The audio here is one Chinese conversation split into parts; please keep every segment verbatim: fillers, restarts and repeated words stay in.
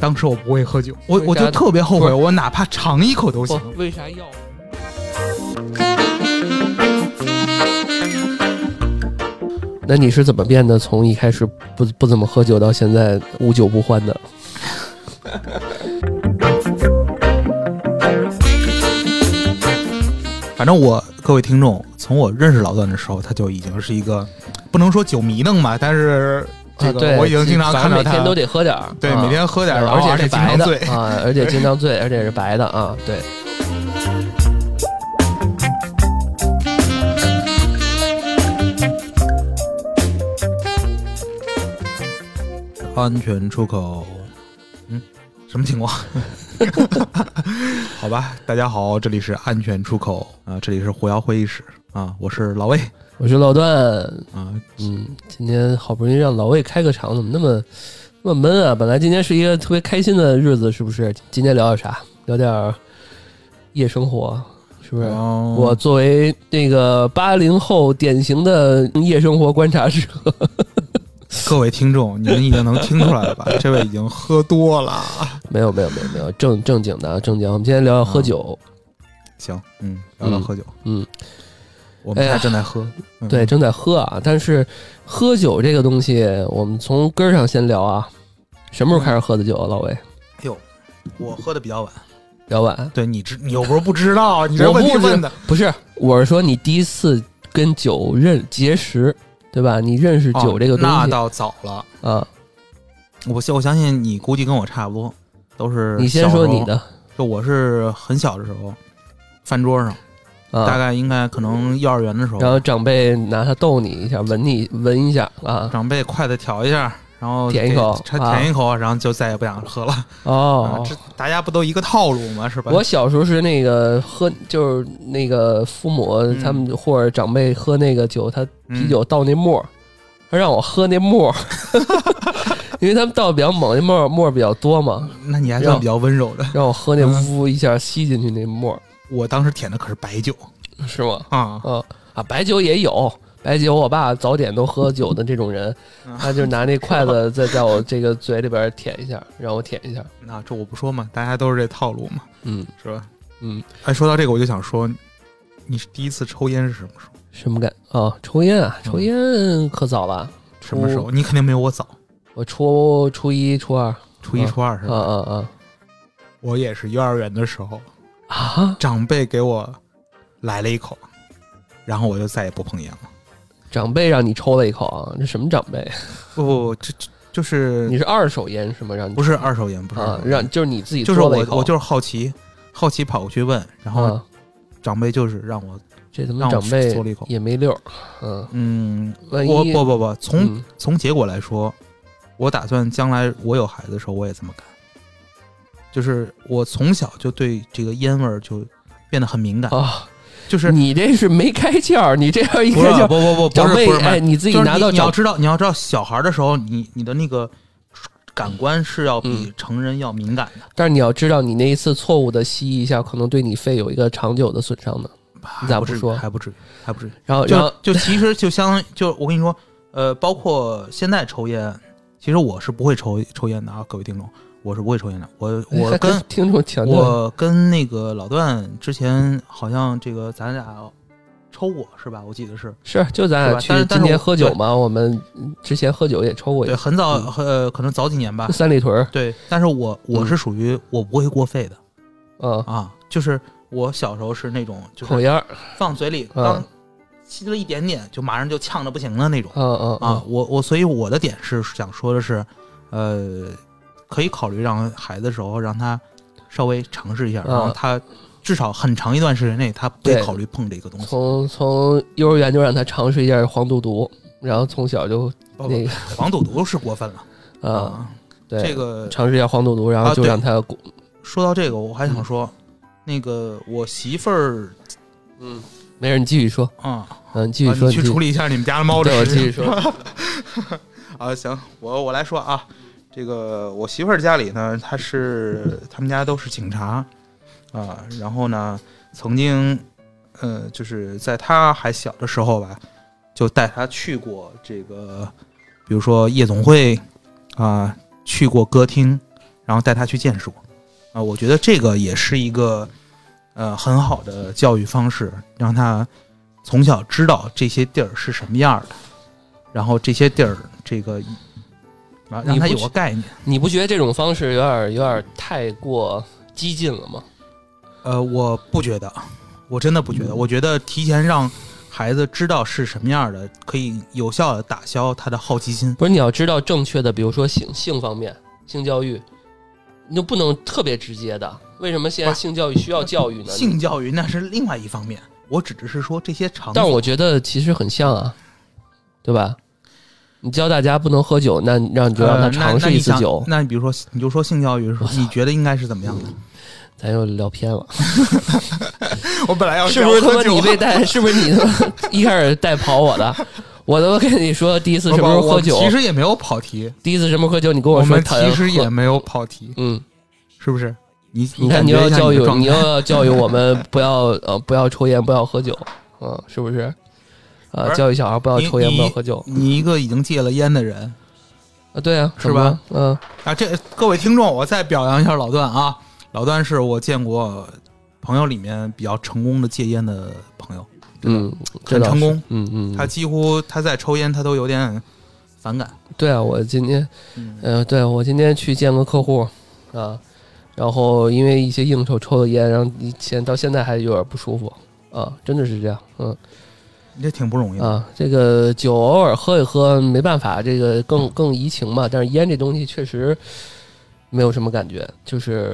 当时我不会喝酒，我我就特别后悔，我哪怕尝一口都行。 为啥要？那你是怎么变得从一开始不不怎么喝酒到现在无酒不欢的？ 反正我各位听众，从我认识老段的时候，他就已经是一个不能说酒迷瞪吧，但是这个我已经经常看到他、 啊、每天都得喝点， 对，啊、每天喝点， 而且是白的啊， 而且经常醉，而且是白的啊，对。 安全出口，嗯，什么情况？好吧，大家好，这里是安全出口啊、呃，这里是狐妖会议室啊，我是老魏， 我是老段啊， 嗯，今天好不容易让老魏开个场，怎么那么那么闷啊？本来今天是一个特别开心的日子，是不是？今天聊点啥？聊点夜生活，是不是？哦、我作为那个八零后典型的夜生活观察者。 各位听众，你们已经能听出来了吧？这位已经喝多了。 没有没有没有没有正正经的正经。我们今天聊聊喝酒。 啊、行，嗯，聊聊喝酒。 嗯， 我们现在正在喝。哎嗯、对，正在喝啊。但是喝酒这个东西，我们从根儿上先聊啊。什么时候开始喝的酒啊，老魏？ 哟，我喝的比较晚。 比较晚？ 对，你知你又不是不知道，你这问题问的不是？我是说你第一次跟酒认结识。对吧？你认识酒这个东西、 哦、那倒早了啊！ 我我相信你估计跟我差不多，都是你先说你的。 就我是很小的时候，饭桌上，啊、大概应该可能幼儿园的时候， 然后长辈拿它逗你一下，闻你闻一下啊， 长辈筷子挑一下，然后舔一口， 舔一口，啊、然后就再也不想喝了。 哦， 啊、这大家不都一个套路吗？是吧？ 我小时候是那个喝，就是那个父母、嗯、他们或者长辈喝那个酒，他啤酒倒那沫，他、嗯、让我喝那沫，因为他们倒比较猛，那沫沫比较多嘛。 那你还算比较温柔的， 让我喝那呜一下吸进去那沫、 嗯。我当时舔的可是白酒， 是吗？ 啊啊啊！白酒也有。白酒，我爸早点都喝酒的这种人，他就拿那筷子再在我这个嘴里边舔一下，让我舔一下。 那这我不说嘛，大家都是这套路嘛， 嗯， 是吧？ 嗯， 哎，说到这个，我就想说，你是第一次抽烟是什么时候？ 什么感啊？抽烟啊？抽烟可早了。 什么时候？你肯定没有我早。 我初初一、初二， 初一、初二是吧？ 啊啊啊！ 我也是幼儿园的时候啊， 长辈给我来了一口，然后我就再也不碰烟了。 长辈让你抽了一口啊？这什么长辈？ 不不不，这就是你是二手烟是吗？让你不是二手烟，不是啊，让就是你自己做了一口， 就是我， 我就是好奇，好奇跑过去问，然后长辈就是让我， 这他妈长辈做了一口也没溜，嗯嗯，我不不不，从、嗯、从结果来说，我打算将来我有孩子的时候我也这么干，就是我从小就对这个烟味就变得很敏感啊。 就是你这是没开窍，你这样一开窍， 不不不不， 长辈哎， 你自己拿到、 就是、你, 你要知道，你要知道，小孩的时候，你你的那个感官是要比成人要敏感的。 嗯、但是你要知道，你那一次错误的吸一下，可能对你肺有一个长久的损伤的。你咋不说？ 还不至于，还不至于。 然后， 就然后就其实就相当于，就我跟你说，呃，包括现在抽烟，其实我是不会抽抽烟的啊，各位听众。我是不会抽烟的，我我跟听众强调， 我跟那个老段之前好像这个咱俩抽过是吧？我记得是是就咱俩去今年喝酒嘛，我们之前喝酒也抽过一次， 对，很早、嗯、呃，可能早几年吧， 三里屯对，但是我我是属于我不会过肺的， 嗯啊，就是我小时候是那种就是口烟放嘴里刚吸了一点点，就马上就呛的不行的那种， 嗯嗯啊，我我所以我的点是想说的是，呃。可以考虑让孩子的时候让他稍微尝试一下，然后他至少很长一段时间内他不会考虑碰这个东西。 从从幼儿园就让他尝试一下黄赌毒，然后从小就那个黄赌毒是过分了啊！对， 这个尝试一下黄赌毒，然后就让他、啊。 说到这个，我还想说，嗯、那个我媳妇儿， 嗯，没事，你继续说啊， 嗯，继续说， 你去处理一下你们家的猫的事。对，我继续说。 啊，行，我我来说啊。这个我媳妇儿家里呢，她是他们家都是警察啊，然后呢，曾经呃，就是在她还小的时候吧，就带她去过这个，比如说夜总会啊，去过歌厅，然然后带他去见识过啊。我觉得这个也是一个呃很好的教育方式，让他从小知道这些地儿是什么样的，然后这些地儿这个啊让他有个概念。 你不觉得这种方式有点有点太过激进了吗？ 呃，我不觉得，我真的不觉得。我觉得提前让孩子知道是什么样的，可以有效的打消他的好奇心。 不是，你要知道正确的，比如说性性方面、性教育，你就不能特别直接的。为什么现在性教育需要教育呢？ 性教育那是另外一方面，我只是说这些场所。 但是我觉得其实很像啊，对吧？你教大家不能喝酒，那让你就让他尝试一次酒。 呃、那, 那, 那你比如说，你就说性教育，你觉得应该是怎么样的？ 咱又聊偏了。 我本来要是不是他妈你被带？是不是你一开始带跑我的？我都跟你说第一次什么时候喝酒， 其实也没有跑题。 第一次什么喝酒，你跟我说我们其实也没有跑题， 嗯， 是不是？你你看你要教育，你又要教育我们不要呃不要抽烟，不要喝酒，嗯，是不是？啊、呃，教育小孩不要抽烟，不要喝酒。 你一个已经戒了烟的人啊，对啊， 是吧？ 嗯啊，这各位听众，我再表扬一下老段啊。老段是我见过朋友里面比较成功的戒烟的朋友， 嗯， 很成功， 嗯嗯， 他几乎他在抽烟他都有点反感。 对啊，我今天，嗯、呃，对我今天去见个客户啊，然后因为一些应酬抽了烟，然后现到现在还有点不舒服啊，真的是这样，嗯， 这挺不容易的啊。这个酒偶尔喝一喝没办法，这个更更怡情嘛，但是烟这东西确实没有什么感觉，就是。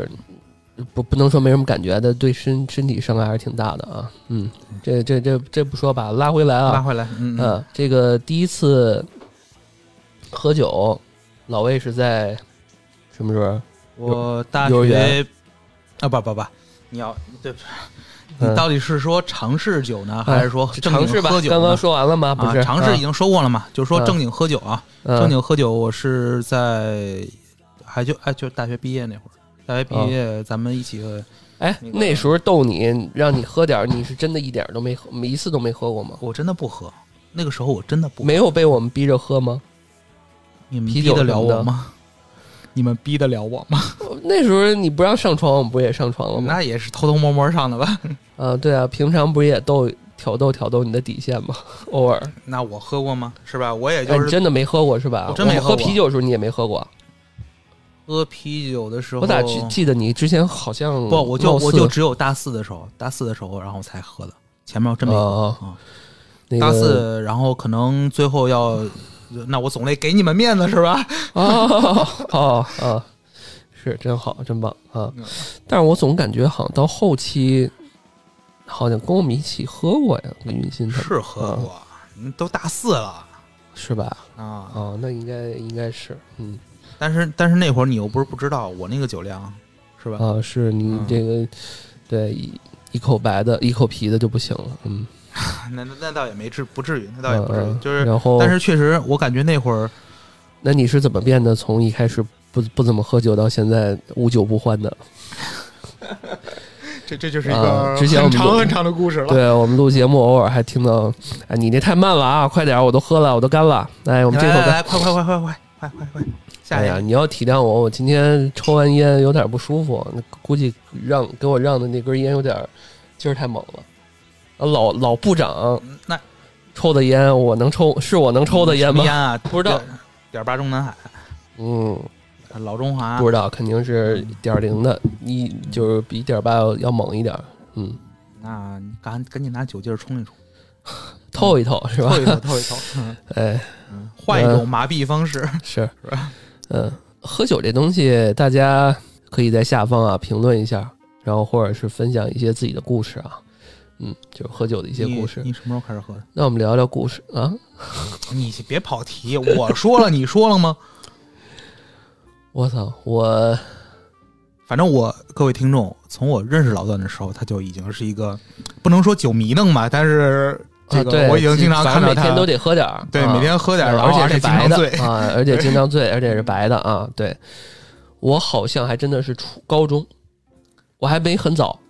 不不能说没什么感觉的，对身身体伤害还是挺大的啊。嗯，这这这这不说吧，拉回来啊， 拉回来。嗯嗯、 啊，这个第一次喝酒，老魏是在什么时候？ 我大学啊，不不不，你要对，你到底是说尝试酒呢，嗯、还是说正经喝酒？ 刚刚说完了吗？不是， 啊、尝试已经说过了嘛，啊、就是说正经喝酒啊， 嗯、 正经喝酒，我是在还就哎就大学毕业那会儿。大学毕业，哦、咱们一起喝。 哎，那, 那时候逗你，让你喝点，你是真的一点都没喝，每一次都没喝过吗？ 我真的不喝。那个时候我真的不喝。 没有被我们逼着喝吗？ 你们逼得了我吗？你们逼得了我吗？ 那时候你不让上床，我们不也上床了吗？ 那也是偷偷摸摸上的吧？ 啊，对啊，平常不是也逗挑逗挑逗你的底线吗？偶尔。 那我喝过吗？是吧？我也就是、 哎、你真的没喝过是吧？ 我真没喝过。 喝啤酒的时候你也没喝过。 喝啤酒的时候， 我咋记得你之前好像不，我就我就只有大四的时候，大四的时候，然后才喝的，前面我真没喝啊、 哦那个。 大四，然后可能最后要，那我总得给你们面子是吧？ 哦哦哦，是真好，真棒啊！但是我总感觉好像到后期，好像跟我们一起喝过呀，跟云欣他们是喝过，嗯、都大四了， 是吧？ 啊哦，那应该应该是，嗯。 但是但是那会儿你又不是不知道我那个酒量，是吧？ 啊，是你这个，嗯、对一一口白的，一口啤的就不行了，嗯。 那那那倒也没至不至于，那倒也不至于， 嗯、 就是然后， 但是确实我感觉那会儿， 那你是怎么变得从一开始不不怎么喝酒到现在无酒不欢的？ 这这就是一个很长很长的故事了。 对，我们录节目偶尔还听到，哎，你这太慢了啊，快点，我都喝了，我都干了。哎，我们这口干， 来，快快快快快快快快！ 哎呀，你要体谅我，我今天抽完烟有点不舒服，估计让给我让的那根烟有点劲儿太猛了。老老部长那抽的烟，我能抽，是我能抽的烟吗？ 烟啊， 不知道。 点八中南海， 嗯， 老中华不知道，肯定是点零的，一就是比点八要要猛一点。嗯， 那你赶赶紧拿酒劲儿冲一冲， 透一透是吧？ 透一透，透一透。 哎， 嗯，换一种麻痹方式是是吧？ 嗯，喝酒这东西，大家可以在下方啊评论一下，然后或者是分享一些自己的故事啊。嗯，就是喝酒的一些故事。 你, 你什么时候开始喝的？ 那我们聊聊故事啊。 你别跑题，我说了，你说了吗？ 我操，我反正我各位听众，从我认识老段的时候，他就已经是一个不能说酒迷瞪吧，但是这个我已经经常看到他每天都得喝点， 对， 啊、 每天喝点， 而且是白的啊， 而且经常醉，而且是白的啊。对，我好像还真的是初高中，我还没很早。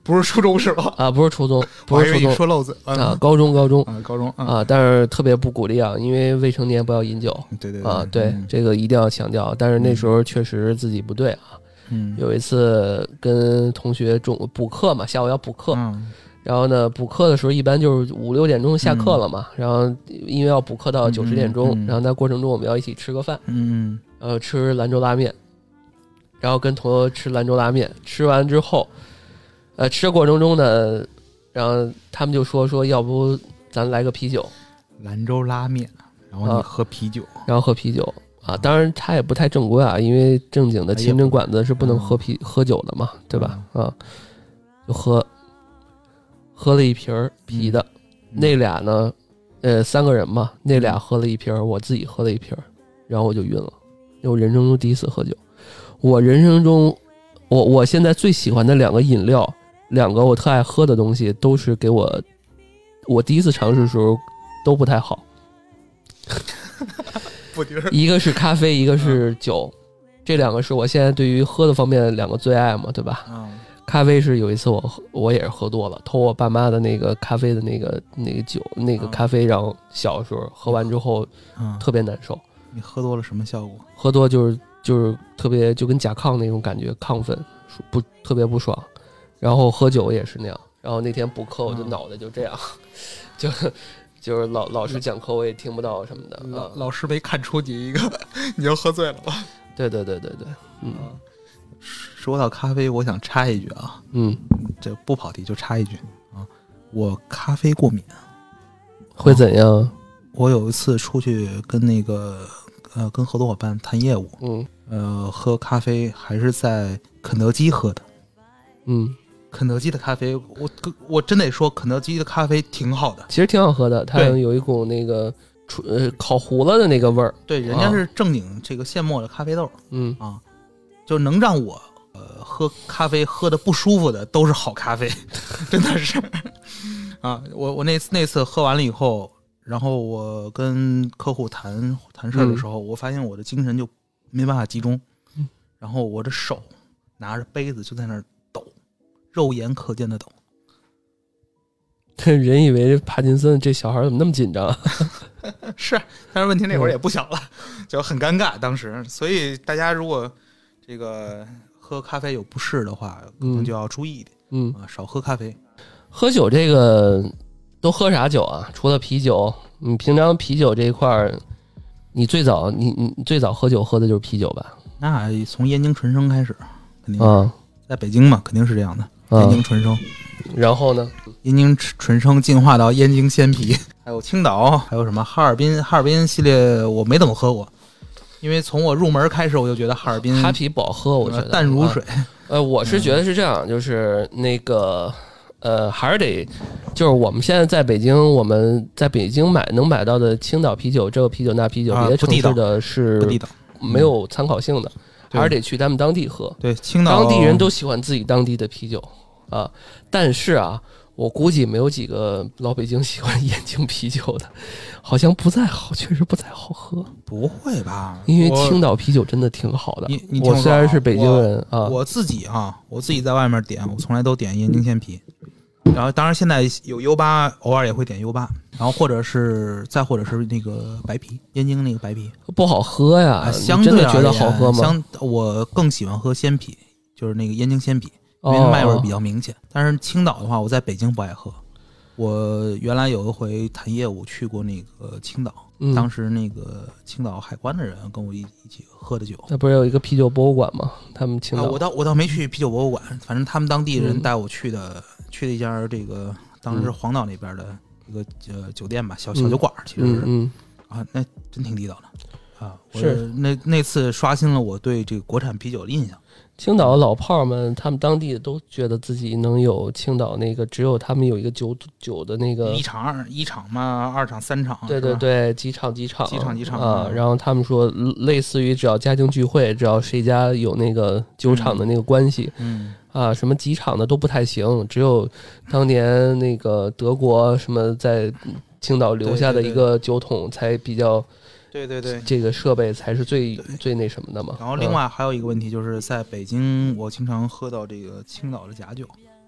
不是初中是吧？ 啊，不是初中，不是初中， 说漏嘴啊，高中高中啊，高中 啊, 啊，但是特别不鼓励啊，因为未成年不要饮酒。 对对对啊，对、 嗯、 这个一定要强调。但是那时候确实自己不对啊。 嗯， 有一次跟同学中补课嘛，下午要补课。 嗯。 然后呢，补课的时候一般就是五六点钟下课了嘛，嗯、然后因为要补课到九十点钟、嗯嗯，然后在过程中我们要一起吃个饭， 嗯， 呃，吃兰州拉面，然后跟同学吃兰州拉面，吃完之后，呃，吃的过程中呢，然后他们就说说要不咱来个啤酒， 兰州拉面，然后你喝啤酒， 啊、然后喝啤酒啊，当然他也不太正规啊，因为正经的清真馆子是不能喝啤、嗯、喝酒的嘛，对吧？啊，就喝。喝了一瓶啤的、嗯，那俩呢，呃，三个人嘛，那俩喝了一瓶，我自己喝了一瓶，然后我就晕了。我人生中第一次喝酒，我人生中，我我现在最喜欢的两个饮料，两个我特爱喝的东西，都是给我，我第一次尝试的时候都不太好。一个是咖啡，一个是酒，这两个是我现在对于喝的方面两个最爱嘛，对吧？ 嗯。 咖啡是有一次我我也是喝多了，偷我爸妈的那个咖啡的那个那个酒那个咖啡，然后小时候喝完之后，嗯，特别难受。 你喝多了什么效果？ 喝多就是就是特别就跟甲亢那种感觉，亢奋，不特别不爽。然后喝酒也是那样。然后那天补课我就脑袋就这样，嗯、就就是老老师讲课我也听不到什么的。 老、嗯、老师没看出你一个你就喝醉了吧？ 对对对对对，嗯。 说到咖啡，我想插一句啊， 嗯， 这不跑题就插一句啊，我咖啡过敏， 会怎样？啊、 我有一次出去跟那个呃跟合作伙伴谈业务， 嗯， 呃喝咖啡还是在肯德基喝的， 嗯， 肯德基的咖啡，我我真得说肯德基的咖啡挺好的， 其实挺好喝的，它有一股那个呃烤糊了的那个味儿， 对，人家是正经这个现磨的咖啡豆， 嗯啊，就能让我。呃，喝咖啡喝的不舒服的都是好咖啡，真的是啊！我我那次那次喝完了以后，然后我跟客户谈谈事儿的时候、嗯，我发现我的精神就没办法集中， 嗯、 然后我的手拿着杯子就在那儿抖，肉眼可见的抖。 人以为帕金森这小孩怎么那么紧张？ 是，但是问题那会儿也不小了，就很尴尬当时。所以大家如果这个。喝咖啡有不适的话，可能就要注意一点， 嗯啊，少喝咖啡。 喝酒这个都喝啥酒啊？除了啤酒，你平常啤酒这一块儿，你最早你你最早喝酒喝的就是啤酒吧？ 那从燕京纯生开始，肯定啊， 在北京嘛，肯定是这样的。 啊、 燕京纯生， 然后呢， 燕京纯生进化到燕京鲜啤，还有青岛，还有什么哈尔滨？哈尔滨系列我没怎么喝过。因为从我入门开始，我就觉得哈尔滨哈啤不好喝，我觉得淡如水。 啊、呃，我是觉得是这样，嗯、就是那个呃，还是得，就是我们现在在北京，我们在北京买能买到的青岛啤酒，这个啤酒那啤酒， 啊、 别的城市的是不地道， 没有参考性的，嗯、还是得去他们当地喝。 对，青岛当地人都喜欢自己当地的啤酒啊，但是啊。我估计没有几个老北京喜欢燕京啤酒的，好像不太好，确实不太好喝。 不会吧？ 因为青岛啤酒真的挺好的。 你你我虽然是北京人啊， 我自己啊，我自己在外面点，我从来都点燕京鲜啤。然后当然现在有 U 八，偶尔也会点 U 八，然后或者是再或者是那个白啤，燕京那个白啤不好喝呀。 啊、相对真的觉得好喝吗？ 相我更喜欢喝鲜啤，就是那个燕京鲜啤。因为麦味比较明显、哦，但是青岛的话，我在北京不爱喝。我原来有一回谈业务去过那个青岛， 嗯、 当时那个青岛海关的人跟我一一起喝的酒。 那不是有一个啤酒博物馆吗？他们青岛， 啊、我倒我倒没去啤酒博物馆，反正他们当地人带我去的，嗯、去的一家这个当时是黄岛那边的一个呃酒店吧，小小酒馆，其实是、 嗯嗯、 啊，那真挺地道的啊。 是那那次刷新了我对这个国产啤酒的印象。 青岛的老炮儿们，他们当地都觉得自己能有青岛那个，只有他们有一个酒酒的那个一场二一场嘛，二场三场， 对对对，几场几场几场几场啊。然后他们说，类似于只要家庭聚会，只要谁家有那个酒厂的那个关系， 嗯啊，什么几场的都不太行，只有当年那个德国什么在青岛留下的一个酒桶才比较。 对对对， 这个设备才是最最那什么的嘛。 然后另外还有一个问题，就是在北京，我经常喝到这个青岛的假酒，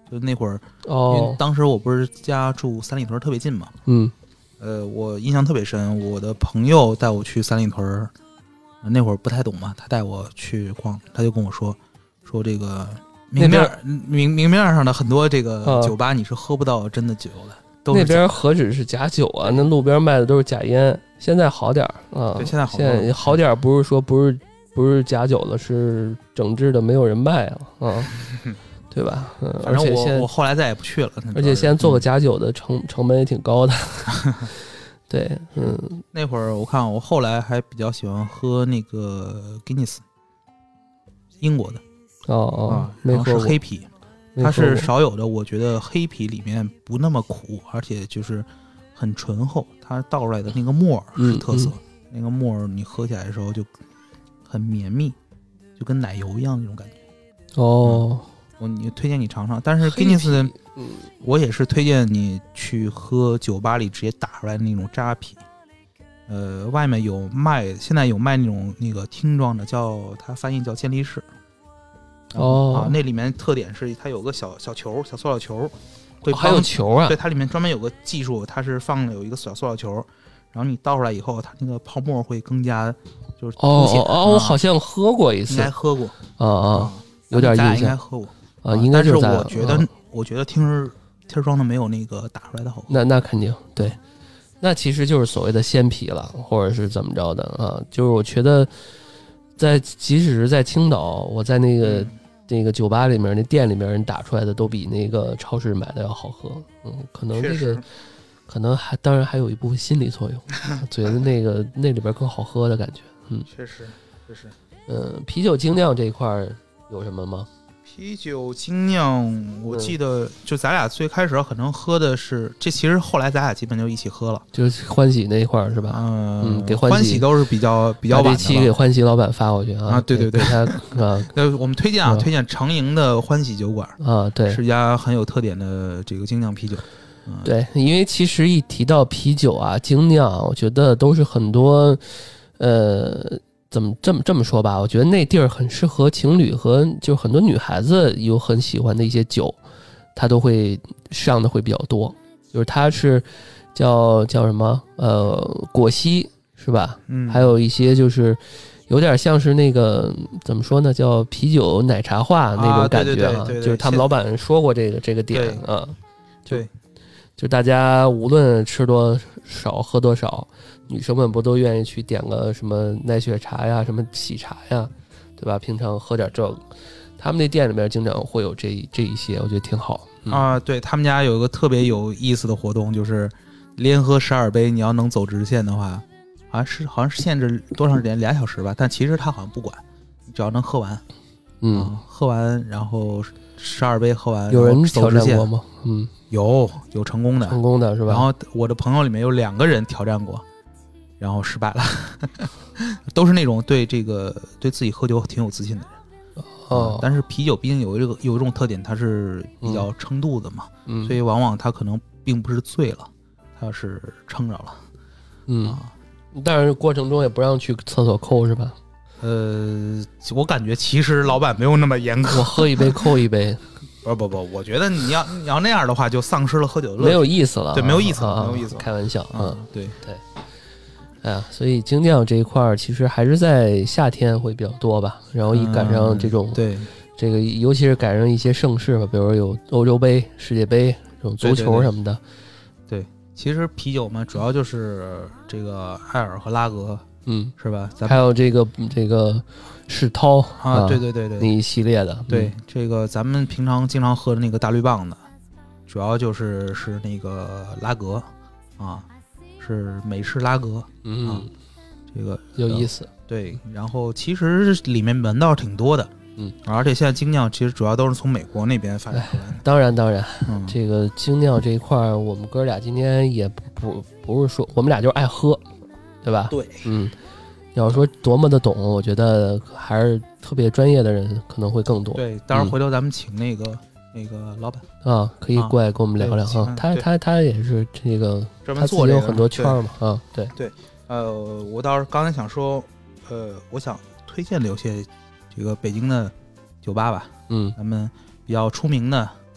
就那会儿， 哦， 因为当时我不是家住三里屯特别近嘛， 嗯， 呃，我印象特别深，我的朋友带我去三里屯，那会儿不太懂嘛，他带我去逛，他就跟我说说这个明面明明面上的很多这个酒吧你是喝不到真的酒的。 那边何止是假酒啊，那路边卖的都是假烟。现在好点啊， 对，现在好现在好点，不是说不是不是假酒了，是整治的没有人卖了啊，对吧？嗯， 反正我我后来再也不去了。 而且现在做个假酒的成、嗯、成本也挺高的。对，嗯， 那会儿我看我后来还比较喜欢喝那个 Guinness， 英国的。 哦哦， 啊、 没喝过， 是黑啤。它是少有的，我觉得黑啤里面不那么苦，而且就是很醇厚。它倒出来的那个沫儿是特色，嗯嗯、那个沫儿你喝起来的时候就很绵密，就跟奶油一样那种感觉。 哦， 嗯、我你推荐你尝尝。但是 Guinness，嗯，我也是推荐你去喝酒吧里直接打出来的那种扎啤。呃，外面有卖，现在有卖那种那个听装的，叫它翻译叫健力士。 哦、 啊，那里面特点是它有个小小球，小塑料球，会、 哦、还有球啊？ 对，它里面专门有个技术，它是放了有一个小塑料球，然后你倒出来以后，它那个泡沫会更加就是凸显。 哦哦，我、啊、好像喝过一次， 应该喝过啊啊，有点印象， 应该喝过啊，应该就是但是我觉得， 啊、 我觉得听儿听儿装的没有那个打出来的好喝。 那那肯定对，那其实就是所谓的鲜啤了，或者是怎么着的啊？就是我觉得，在即使是在青岛，我在那个。嗯那个酒吧里面那店里面人打出来的都比那个超市买的要好喝，嗯，可能这个可能还当然还有一部分心理作用，觉得那个那里边更好喝的感觉，嗯， 确实确实， 嗯，啤酒精酿这一块有什么吗？ 啤酒精酿，我记得就咱俩最开始可能喝的是，这其实后来咱俩基本就一起喝了， 就是欢喜那一块是吧？ 嗯嗯，给欢喜欢喜都是比较比较晚的了。 这期给欢喜老板发过去啊！ 啊，对对对， 他啊， 呃，我们推荐啊，推荐长营的欢喜酒馆啊，对， 是家很有特点的这个精酿啤酒。嗯、 对，因为其实一提到啤酒啊，精酿，我觉得都是很多呃。怎么这么这么说吧？我觉得那地儿很适合情侣和就很多女孩子有很喜欢的一些酒，它都会上的会比较多。就是它是叫叫什么呃果昔是吧？ 嗯， 还有一些就是有点像是那个怎么说呢？叫啤酒奶茶化那种感觉啊。就是他们老板说过这个这个点啊。 对， 就大家无论吃多少喝多少。女生们不都愿意去点个什么奈雪茶呀，什么喜茶呀，对吧？平常喝点这个，他们那店里面经常会有这这一些，我觉得挺好、嗯、 啊。对他们家有一个特别有意思的活动，就是连喝十二杯，你要能走直线的话，好像是好像是限制多长时间，俩小时吧。但其实他好像不管，只要能喝完， 嗯， 啊、喝完然后十二杯喝完， 有人挑战过吗？嗯， 有有成功的， 成功的是吧？ 然后我的朋友里面有两个人挑战过。然后失败了，都是那种对这个对自己喝酒挺有自信的人。 哦、嗯， 但是啤酒毕竟有这个有一种特点，它是比较撑肚子嘛， 嗯， 所以往往它可能并不是醉了，它是撑着了。 嗯，啊、但是过程中也不让去厕所扣是吧？ 呃，我感觉其实老板没有那么严苛， 我喝一杯扣一杯。 不不不，我觉得你要你要那样的话，就丧失了喝酒的乐趣， 没有意思了。 对，没有意思， 啊、 没有意思。 开玩笑， 嗯，对对。哎呀，所以精酿这一块其实还是在夏天会比较多吧，然后一赶上这种、 嗯、对这个，尤其是赶上一些盛事吧，比如有欧洲杯、世界杯这种足球什么的。 对，对，对，其实啤酒嘛，主要就是这个艾尔和拉格， 嗯， 是吧？咱还有这个这个世涛啊，对对对对， 那一系列的。 对， 嗯、 这个咱们平常经常喝的那个大绿棒子，主要就是是那个拉格啊。是美式拉格， 嗯、 啊，这个有意思。 对，然后其实里面门道挺多的， 嗯， 而且现在精酿其实主要都是从美国那边发展出来的。 当然，当然， 嗯， 这个精酿这一块，我们哥俩今天也不不不是说我们俩就是爱喝，对吧？ 对， 嗯，要说多么的懂，我觉得还是特别专业的人可能会更多。 对，到时候回头咱们请那个。嗯那个老板啊，可以过来跟我们聊聊啊。他他他也是这个， 专门做这个， 有很多圈嘛啊。对对，呃，我倒是刚才想说，呃，我想推荐的有些这个北京的酒吧吧， 嗯， 咱们比较出名的，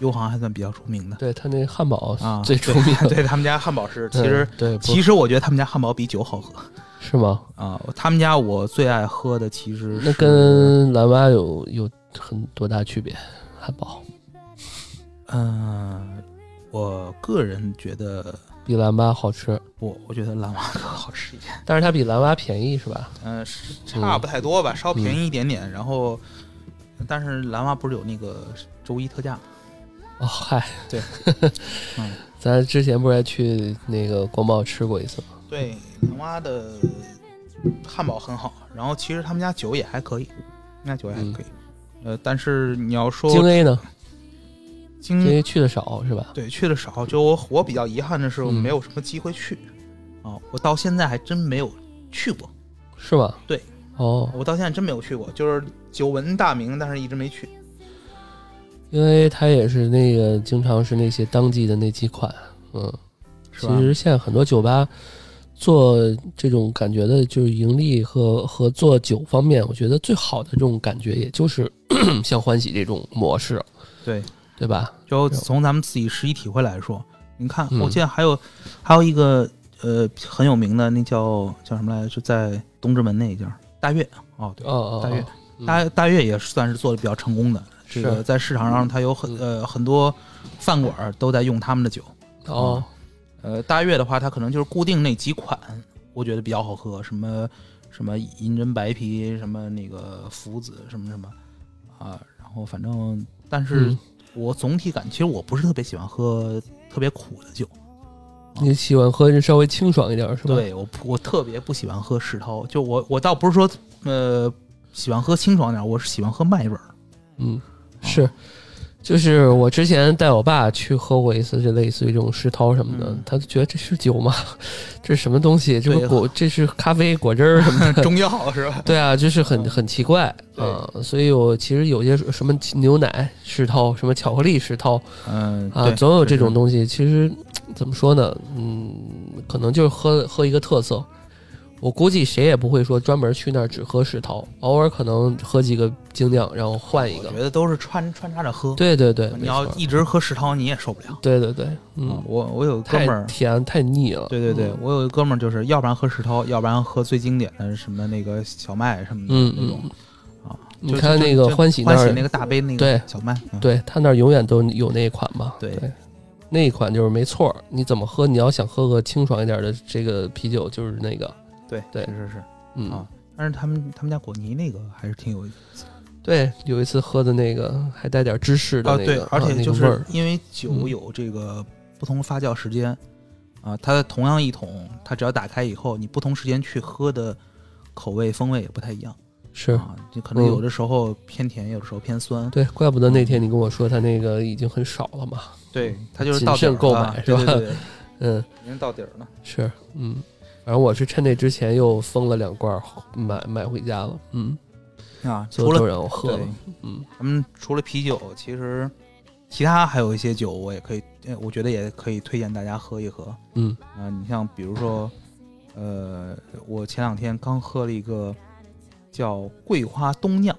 优航还算比较出名的。 对他那汉堡啊最出名的， 对, 对他们家汉堡是，其实对， 其实我觉得他们家汉堡比酒好喝。 是吗？ 啊，他们家我最爱喝的其实是那跟蓝蛙有有很多大区别？汉堡， 嗯、呃，我个人觉得比蓝蛙好吃。 不，我觉得蓝蛙更好吃一点， 但是它比蓝蛙便宜是吧？ 嗯、呃，是差不太多吧， 嗯、 稍便宜一点点。然后，但是蓝蛙不是有那个周一特价？ 哦，嗨， 对，嗯， 咱之前不是还去那个国贸吃过一次吗？ 对，蓝蛙的汉堡很好，然后其实他们家酒也还可以，他们家酒也还可以。嗯、呃，但是你要说京 A 呢？ 京 A 去的少是吧？ 对，去的少。就我我比较遗憾的是，我没有什么机会去、嗯、啊，我到现在还真没有去过。 是吗？ 对， 哦， 我到现在真没有去过，就是久闻大名，但是一直没去。 因为它也是那个经常是那些当季的那几款，嗯，其实现在很多酒吧做这种感觉的，就是盈利和和做酒方面，我觉得最好的这种感觉，也就是像欢喜这种模式， 对对吧？ 就从咱们自己实际体会来说，你看，我记得还有、嗯、还有一个呃很有名的，那叫叫什么来着？就在东直门那一家大悦哦，对， 哦哦大悦、 嗯、 大大悦也算是做的比较成功的。这个在市场上，它有很呃很多饭馆都在用他们的酒哦。 呃，大悦的话，它可能就是固定那几款，我觉得比较好喝，什么什么银针白啤，什么那个福子，什么什么啊。然后反正，但是我总体感，其实我不是特别喜欢喝特别苦的酒。 你喜欢喝稍微清爽一点是吧？ 对，我我特别不喜欢喝世涛，就我我倒不是说呃喜欢喝清爽点，我是喜欢喝麦味儿。 嗯。是，就是我之前带我爸去喝过一次，就类似于这种世涛什么的，嗯、他就觉得这是酒吗？这是什么东西？这是果，这是咖啡果汁什么的， 中药是吧？ 对啊，就是很很奇怪啊、呃。所以我其实有些什么牛奶世涛，什么巧克力世涛， 嗯啊，总有这种东西。其实怎么说呢？嗯，可能就是喝喝一个特色。我估计谁也不会说专门去那儿只喝世涛，偶尔可能喝几个精酿，然后换一个。 我觉得都是穿穿插着喝。 对对对， 你要一直喝世涛你也受不了。 对对对，嗯， 啊、我我有个哥们儿太甜太腻了。 对对对，嗯、我有一个哥们儿就是要不然喝世涛，要不然喝最经典的什么那个小麦什么的那种。 嗯嗯、啊， 你看那个欢喜那欢喜那个大杯那个小麦， 对，嗯、对他那儿永远都有那一款嘛。 对。 对那一款就是没错，你怎么喝？你要想喝个清爽一点的这个啤酒，就是那个。 对对， 是是是。 嗯啊，但是他们他们家果泥那个还是挺有意思。 对，有一次喝的那个还带点芝士的那个， 啊、对，而且就是、 啊那个、 因为酒有这个不同发酵时间、嗯、啊，它同样一桶，它只要打开以后，你不同时间去喝的口味风味也不太一样。 是啊，你可能有的时候偏甜，嗯、有的时候偏酸。 对，怪不得那天你跟我说它那个已经很少了嘛。 对，它就是到底儿购买是吧？ 对对对对嗯， 已经到底儿了。 是，嗯。反正我是趁那之前又封了两罐买买回家了，嗯啊，除了都让我喝了，嗯， 咱们除了啤酒，其实其他还有一些酒，我也可以，我觉得也可以推荐大家喝一喝， 嗯啊，你像比如说，呃，我前两天刚喝了一个叫桂花冬酿，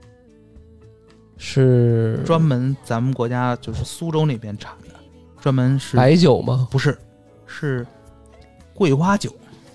是专门咱们国家就是苏州那边产的，专门是白酒吗？ 不是，是桂花酒。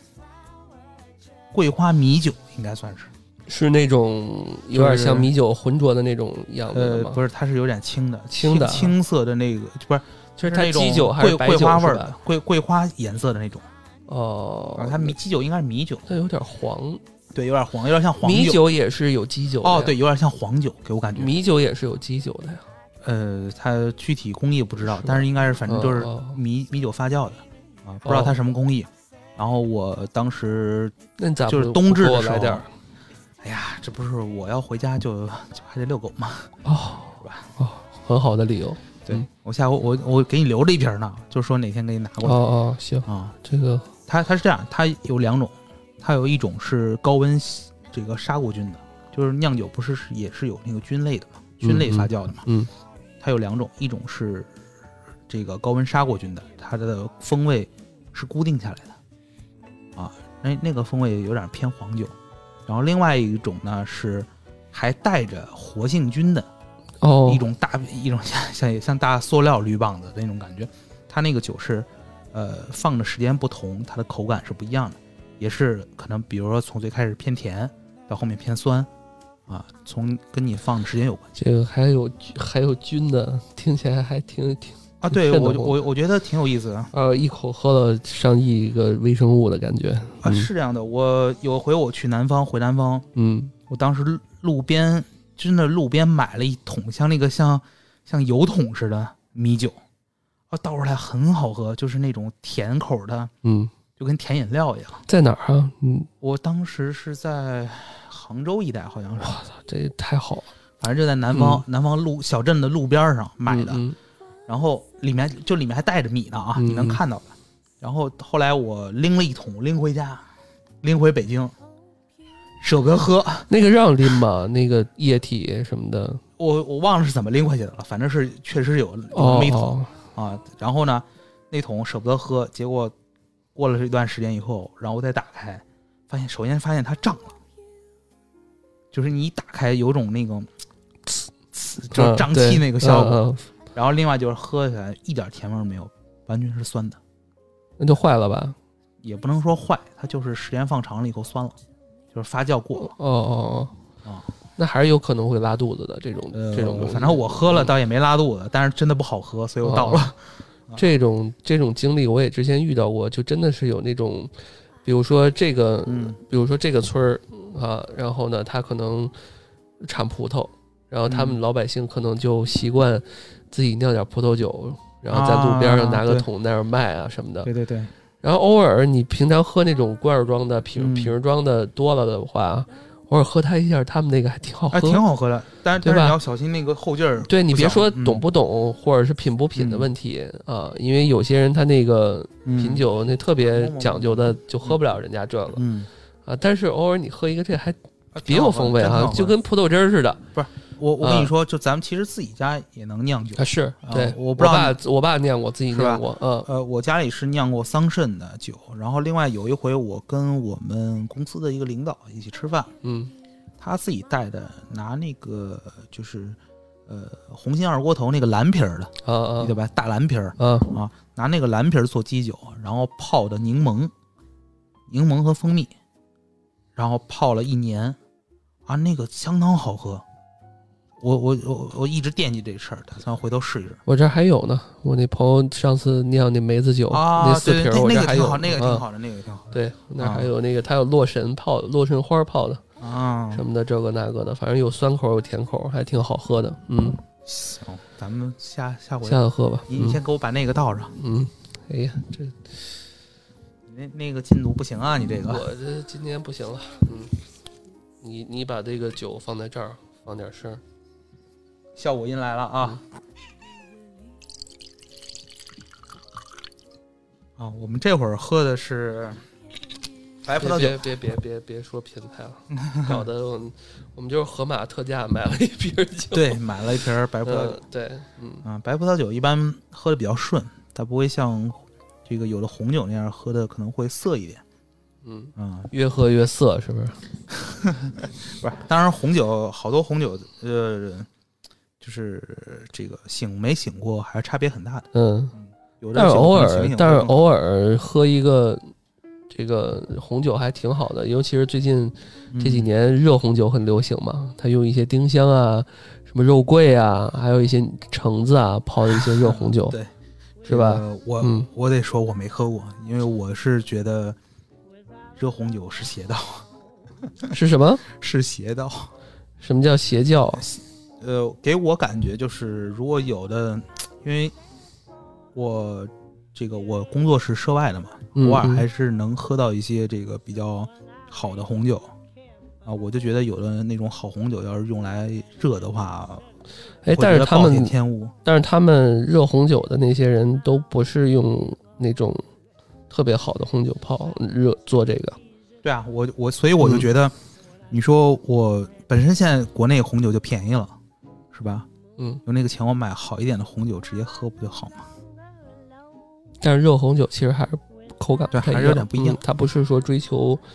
桂花米酒应该算是， 是那种有点像米酒浑浊的那种样子的吗？ 呃，不是，它是有点清的， 清的青色的那个，不是， 就是它基酒还是白酒桂花味的， 桂桂花颜色的那种。 哦， 啊，它米基酒应该是米酒， 它有点黄， 对，有点黄，有点像黄酒。 米酒也是有基酒的哦，对，有点像黄酒，给我感觉。 米酒也是有基酒的呀。 呃，它具体工艺不知道，但是应该是反正就是米、哦、米酒发酵的啊，不知道它什么工艺。哦，然后我当时就是冬至的时候，哎呀，这不是我要回家就就还得遛狗吗？ 哦， 是吧？ 哦，很好的理由。 对，嗯、我下回我我给你留着一瓶呢，就是说哪天给你拿过来。 哦哦，行啊， 这个它它是这样，它有两种，它有一种是高温这个砂锅菌的，就是酿酒不是也是有那个菌类的嘛，菌类发酵的嘛。 嗯，嗯它有两种，一种是这个高温砂锅菌的，它的风味是固定下来的。啊，那那个风味有点偏黄酒，然后另外一种呢是还带着活性菌的， 哦， 一种大一种像像像大塑料铝棒子的那种感觉。它那个酒是，呃，放的时间不同，它的口感是不一样的，也是可能比如说从最开始偏甜到后面偏酸，啊，从跟你放的时间有关系。 这个还有还有菌的，听起来还挺挺啊，对我我我觉得挺有意思的。 呃，一口喝了上亿个微生物的感觉啊、 嗯，是这样的。我有回我去南方回南方， 嗯， 我当时路边真的路边买了一桶像那个像像油桶似的米酒，啊，倒出来很好喝，就是那种甜口的， 嗯， 就跟甜饮料一样。 在哪儿啊？嗯， 我当时是在杭州一带，好像是。 我操，这也太好了！ 反正就在南方、 嗯、 南方路小镇的路边上买的。 嗯嗯然后里面就里面还带着米呢啊， 嗯、 你能看到的。然后后来我拎了一桶拎回家，拎回北京，舍不得喝。 那个让拎吗？那个液体什么的， 我我忘了是怎么拎回去的了，反正是确实有有那么一桶、 哦、 啊。然后呢，那桶舍不得喝，结果过了这段时间以后，然后我再打开，发现首先发现它胀了，就是你一打开有种那种呲呲就是胀气那个效果。 嗯嗯然后另外就是喝起来一点甜味没有，完全是酸的， 那就坏了吧？ 也不能说坏，它就是时间放长了以后酸了，就是发酵过了。 哦哦哦，啊， 那还是有可能会拉肚子的这种、 呃、 这种。 反正我喝了倒也没拉肚子，嗯、但是真的不好喝，所以我倒了。 哦、这种这种经历我也之前遇到过，就真的是有那种，比如说这个， 嗯， 比如说这个村儿啊，然后呢，他可能产葡萄，然后他们老百姓可能就习惯自己酿点葡萄酒，然后在路边上拿个桶在那儿卖啊什么的。 对对对。 然后偶尔你平常喝那种罐装的、瓶瓶装的多了的话，嗯、偶尔喝它一下，他们那个还挺好喝， 还挺好喝的。但是对吧？ 但是你要小心那个后劲儿。 对，你别说懂不懂、嗯、或者是品不品的问题、嗯、啊，因为有些人他那个品酒、嗯、那特别讲究的，就喝不了人家这个。 嗯啊，但是偶尔你喝一个这还别有风味哈，就跟葡萄汁似的。 不是。我我跟你说，就咱们其实自己家也能酿酒啊，是对， 我不知道， 我爸我爸酿过，自己酿过，嗯呃，我家里是酿过桑葚的酒，然后另外有一回我跟我们公司的一个领导一起吃饭， 嗯， 他自己带的拿那个就是呃红心二锅头那个蓝瓶的， 啊啊， 对吧？大蓝瓶儿， 啊啊，拿那个蓝瓶做基酒，然后泡的柠檬，柠檬和蜂蜜，然后泡了一年，啊，那个相当好喝。我我我我一直惦记这事儿，打算回头试一试。 我这还有呢，我那朋友上次酿那梅子酒， 啊、 那四瓶我这还有， 那个挺好的，那个挺好的。 对，那还有那个，它有洛神泡的，洛神花泡的啊， 什么的，这个那个的，反正有酸口有甜口，还挺好喝的。嗯， 行，咱们下下回下次喝吧。 你先给我把那个倒上。 嗯，哎呀，这你那那个进度不行啊，你这个。 我这今天不行了。嗯，你你把这个酒放在这儿，放点声。 效果音来了啊！啊，我们这会儿喝的是白葡萄酒。 别别别别别说品牌了，搞得我们我们就是盒马特价买了一瓶酒。 对，买了一瓶白葡萄酒。 呃、对，嗯啊，白葡萄酒一般喝的比较顺，它不会像这个有的红酒那样喝的可能会涩一点。 嗯啊， 越喝越涩，是不是？ 不是，当然红酒好多红酒，呃。就是这个醒没醒过还是差别很大的， 嗯， 有的但是偶尔，但是偶尔喝一个这个红酒还挺好的，尤其是最近这几年热红酒很流行嘛，它用一些丁香啊、什么肉桂啊，还有一些橙子啊泡的一些热红酒， 对， 是吧？ 这个、我、 嗯、 我得说我没喝过，因为我是觉得热红酒是邪道， 是什么？ 是邪道？ 什么叫邪教？ 呃，给我感觉就是，如果有的，因为我这个我工作是涉外的嘛， 嗯、 偶尔还是能喝到一些这个比较好的红酒啊，我就觉得有的那种好红酒要是用来热的话， 哎，但是他们天污， 但是他们热红酒的那些人都不是用那种特别好的红酒泡热做这个。 对啊，我我所以我就觉得，嗯、你说我本身现在国内红酒就便宜了。是吧？ 嗯， 用那个钱我买好一点的红酒直接喝不就好吗？ 但是热红酒其实还是口感对，还是有点不一样、 嗯。它不是说追求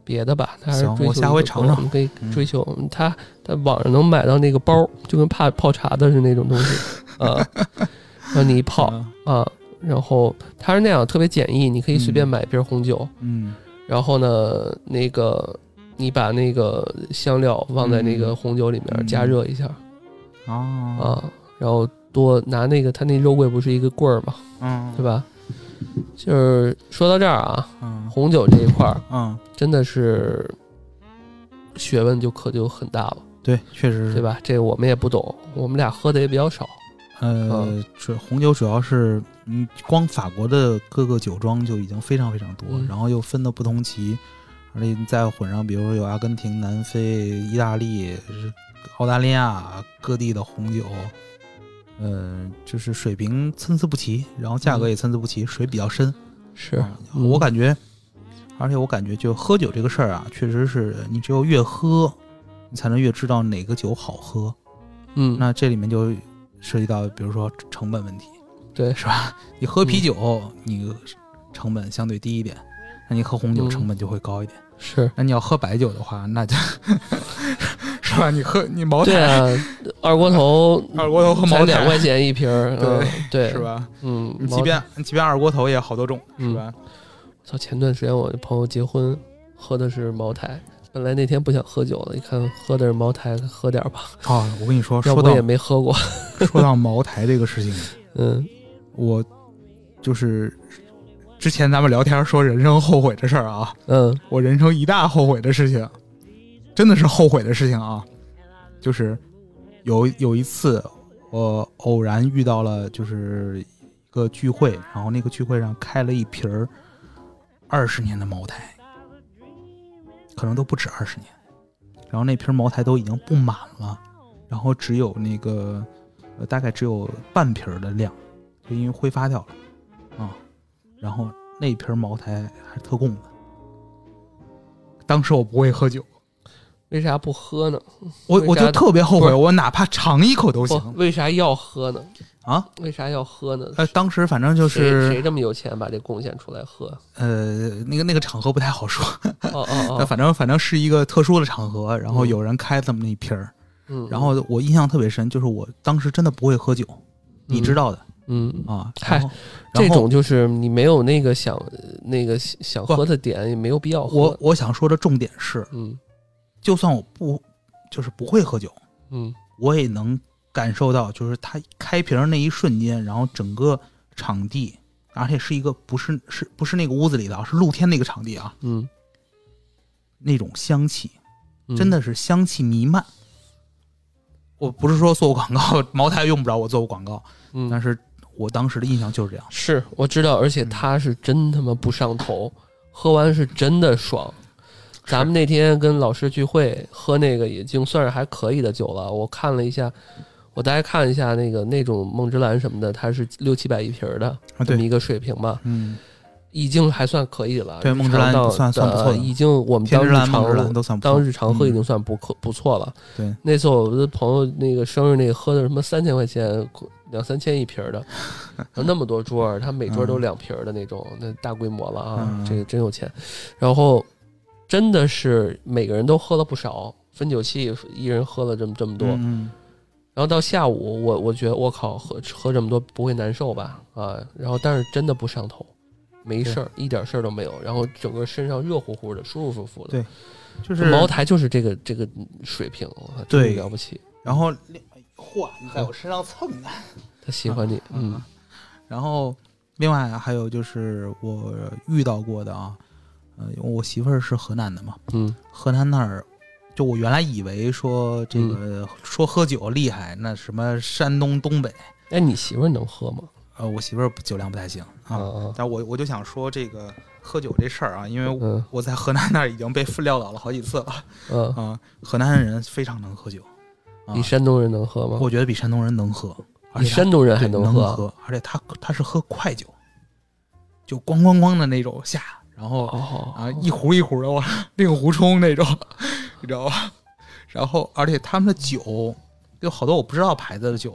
别的吧，他还是追求我下回尝尝， 我们可以追求、嗯、他他网上能买到那个包，就跟泡泡茶的是那种东西啊，然后你一泡、嗯、啊，然后它是那样特别简易，你可以随便买一瓶红酒， 嗯， 然后呢，那个你把那个香料放在那个红酒里面、嗯、加热一下， 啊、 哦、啊，然后多拿那个他那肉桂不是一个棍儿嘛， 嗯， 对吧？就是说到这儿啊， 嗯， 红酒这一块儿， 嗯， 真的是学问就可就很大了。 对，确实是， 对吧？这个我们也不懂，我们俩喝的也比较少。 呃，主、嗯、红酒主要是，嗯，光法国的各个酒庄就已经非常非常多，嗯、然后又分的不同级，而且再混上，比如说有阿根廷、南非、意大利、澳大利亚各地的红酒。呃，就是水平参差不齐，然后价格也参差不齐，嗯、水比较深。 是、 嗯、我感觉，而且我感觉，就喝酒这个事儿啊，确实是你只有越喝，你才能越知道哪个酒好喝。 嗯， 那这里面就涉及到，比如说成本问题， 对， 是吧？你喝啤酒，嗯、你成本相对低一点，那你喝红酒成本就会高一点。 嗯、是， 那你要喝白酒的话，那就是吧？你喝你茅台， 对啊，二锅头， 二锅头和茅台两块钱一瓶， 对、 嗯、对， 是吧？ 嗯， 即便即便二锅头也好多种，是吧？ 操、嗯！前段时间我朋友结婚，喝的是茅台，本来那天不想喝酒了，一看喝的是茅台，喝点吧。 啊，我跟你说， 说到我也没喝过。 说到茅台这个事情， 嗯， 我就是之前咱们聊天说人生后悔的事儿啊， 嗯， 我人生一大后悔的事情。真的是后悔的事情啊，就是有有一次我偶然遇到了，就是一个聚会，然后那个聚会上开了一瓶儿二十年的茅台，可能都不止二十年，然后那瓶茅台都已经不满了，然后只有那个呃大概只有半瓶的量，就因为挥发掉了啊，然后那瓶茅台还是特供的，当时我不会喝酒。 为啥不喝呢？ 我我就特别后悔，我哪怕尝一口都行。 为啥要喝呢？ 啊？ 为啥要喝呢？ 呃，当时反正就是谁, 谁这么有钱把这贡献出来喝？ 呃，那个那个场合不太好说。 哦哦哦。 反正反正是一个特殊的场合，然后有人开这么一瓶儿， 嗯， 然后我印象特别深，就是我当时真的不会喝酒， 嗯、 你知道的， 嗯啊， 嗨，这种就是你没有那个想那个想喝的点，也没有必要喝。 我我想说的重点是， 嗯。 就算我不就是不会喝酒， 嗯， 我也能感受到，就是他开瓶那一瞬间，然后整个场地，而且是一个不是是不是那个屋子里的，是露天那个场地啊， 嗯， 那种香气，真的是香气弥漫。嗯、我不是说做广告，茅台用不着我做广告， 嗯， 但是我当时的印象就是这样。 是我知道，而且他是真他妈不上头，嗯、喝完是真的爽。咱们那天跟老师聚会喝那个已经算是还可以的酒了，我看了一下，我大概看了一下那个那种梦之蓝什么的，它是六七百一瓶的这么一个水平吧， 嗯， 已经还算可以了。 对，梦之蓝算算不错的， 已经我们当日常都算当日常喝已经算不可、嗯、不错了。 对， 那次我的朋友那个生日那个喝的什么三千块钱两三千一瓶的，那么多桌，他每桌都两瓶的那种，嗯、那大规模了啊，嗯、这个真有钱。然后。真的是每个人都喝了不少，分酒器一人喝了这么这么多， 嗯， 然后到下午我我觉得我靠喝喝这么多不会难受吧啊，然后但是真的不上头，没事儿，一点事儿都没有，然后整个身上热乎乎的，舒舒服服的， 对，就是茅台就是这个这个水平， 对， 了不起。 然后嚯，你在我身上蹭呢， 他喜欢你，嗯， 嗯然后另外还有就是我遇到过的啊。呃，因为我媳妇儿是河南的嘛， 嗯， 河南那儿，就我原来以为说这个、 嗯、 说喝酒厉害，那什么山东、东北， 哎，你媳妇儿能喝吗？ 呃，我媳妇儿酒量不太行啊， 嗯、 但我我就想说这个喝酒这事儿啊，因为我在河南那儿已经被撂倒了好几次了， 嗯啊、呃，河南人非常能喝酒， 比山东人能喝吗？ 我觉得比山东人能喝， 比山东人还能喝， 能喝而且他他是喝快酒，就咣咣咣的那种下。然后、 哦、 啊，一壶一壶的往令狐冲那种，你知道吧？然后，而且他们的酒有好多我不知道牌子的酒，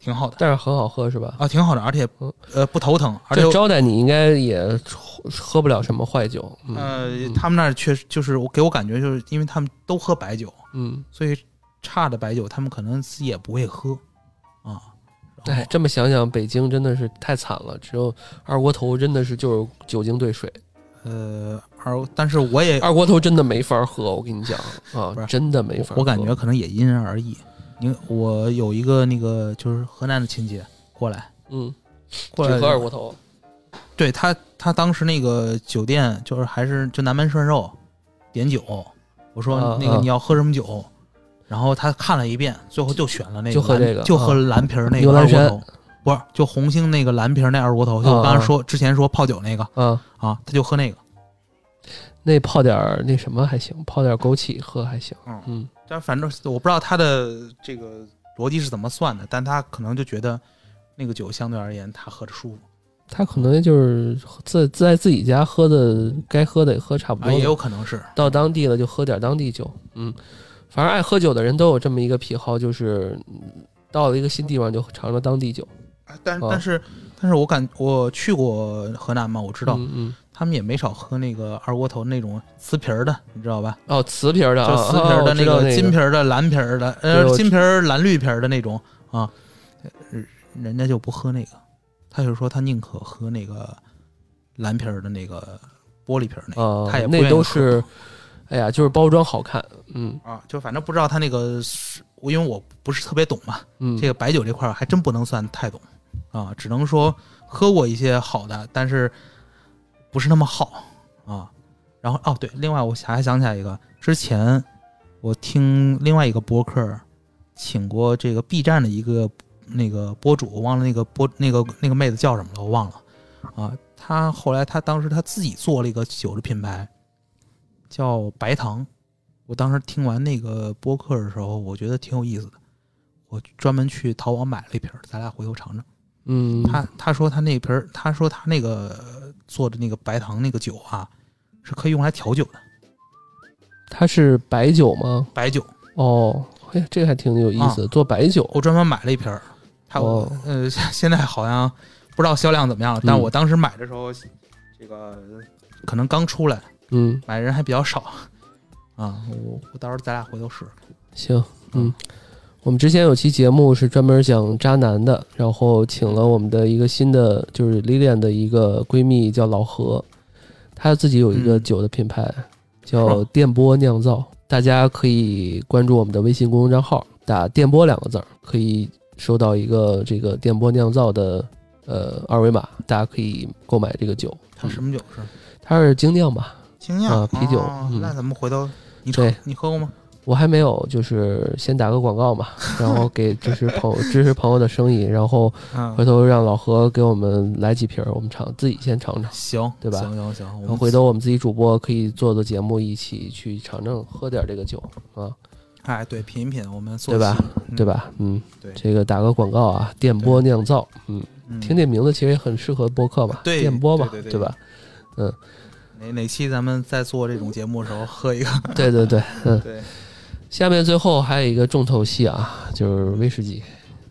挺好的， 但是很好喝是吧？ 啊，挺好的，而且呃不头疼，而且招待你应该也喝不了什么坏酒。嗯、 呃， 嗯、 他们那儿确实就是我给我感觉就是因为他们都喝白酒， 嗯， 所以差的白酒他们可能自己也不会喝啊。 哎，这么想想，北京真的是太惨了，只有二锅头真的是就是酒精兑水。 呃，二但是我也二锅头真的没法喝，我跟你讲啊，真的没法喝。 我感觉可能也因人而异。你我有一个那个就是河南的亲戚过来， 嗯， 过来只喝二锅头。 对他，他当时那个酒店就是还是就南门涮肉点酒，我说啊那个你要喝什么酒，啊、然后他看了一遍，最后就选了那个就喝这个， 就喝蓝瓶那个二锅头， 啊、 不是就红星那个蓝瓶那二锅头，就我刚才说、啊、之前说泡酒那个， 啊啊，他就喝那个。 那泡点那什么还行，泡点枸杞喝还行。嗯嗯， 但反正我不知道他的这个逻辑是怎么算的，但他可能就觉得那个酒相对而言他喝着舒服。 他可能就是在在自己家喝的，该喝的也喝差不多、 啊，也有可能是到当地了就喝点当地酒。嗯，反正爱喝酒的人都有这么一个癖好，就是到了一个新地方就尝尝当地酒。 但是、啊、但是但是我感我去过河南嘛，我知道， 嗯嗯。 他们也没少喝那个二锅头那种瓷瓶的，你知道吧？ 哦，瓷瓶的， 就瓷瓶的那个金瓶的、蓝瓶的，呃，金瓶蓝绿瓶的那种啊，人家就不喝那个，他就说他宁可喝那个蓝瓶的那个玻璃瓶那个， 哦、 他也不愿意喝。 那都是，哎呀，就是包装好看，嗯啊，就反正不知道他那个，因为我不是特别懂嘛， 嗯， 这个白酒这块还真不能算太懂啊，只能说喝过一些好的，但是。不是那么好啊，然后哦对，另外我还想起来一个，之前我听另外一个播客请过这个 B 站的一个那个播主，我忘了那个播那个那个妹子叫什么了，我忘了啊。他后来他当时他自己做了一个酒的品牌，叫白糖。我当时听完那个播客的时候，我觉得挺有意思的，我专门去淘宝买了一瓶，咱俩回头尝尝。 嗯， 他他说他那瓶，他说他那个。做的那个白糖那个酒啊，是可以用来调酒的。 它是白酒吗？ 白酒。 哦，哎，这个还挺有意思的。啊、做白酒， 我专门买了一瓶儿。它、哦、呃，现在好像不知道销量怎么样了，嗯、但我当时买的时候，这个可能刚出来， 嗯， 买人还比较少。啊，我我到时候咱俩回头试。 行，嗯。我们之前有期节目是专门讲渣男的，然后请了我们的一个新的，就是 Lilian 的一个闺蜜叫老何，她自己有一个酒的品牌、嗯、叫电波酿造，大家可以关注我们的微信公众账号，打电波两个字可以收到一个这个电波酿造的呃二维码，大家可以购买这个酒。 它什么酒是？ 它是精酿吧？ 精酿啊，啤酒、 哦嗯。那咱们回头你对你喝过吗？ 我还没有，就是先打个广告嘛，然后给支持朋友支持朋友的生意，然后回头让老何给我们来几瓶，我们尝自己先尝尝， 行， 对吧？ 行行行， 然后回头我们自己主播可以做做节目，一起去尝尝喝点这个酒啊。 哎，对，品一品，我们做对吧？ 嗯、 对吧？嗯， 对， 这个打个广告啊，电波酿造，嗯， 嗯听这名字其实也很适合播客嘛， 对， 电波嘛， 对对对对吧？嗯， 哪哪期咱们在做这种节目的时候喝一个？ 对对对，嗯， 对。 下面最后还有一个重头戏啊，就是威士忌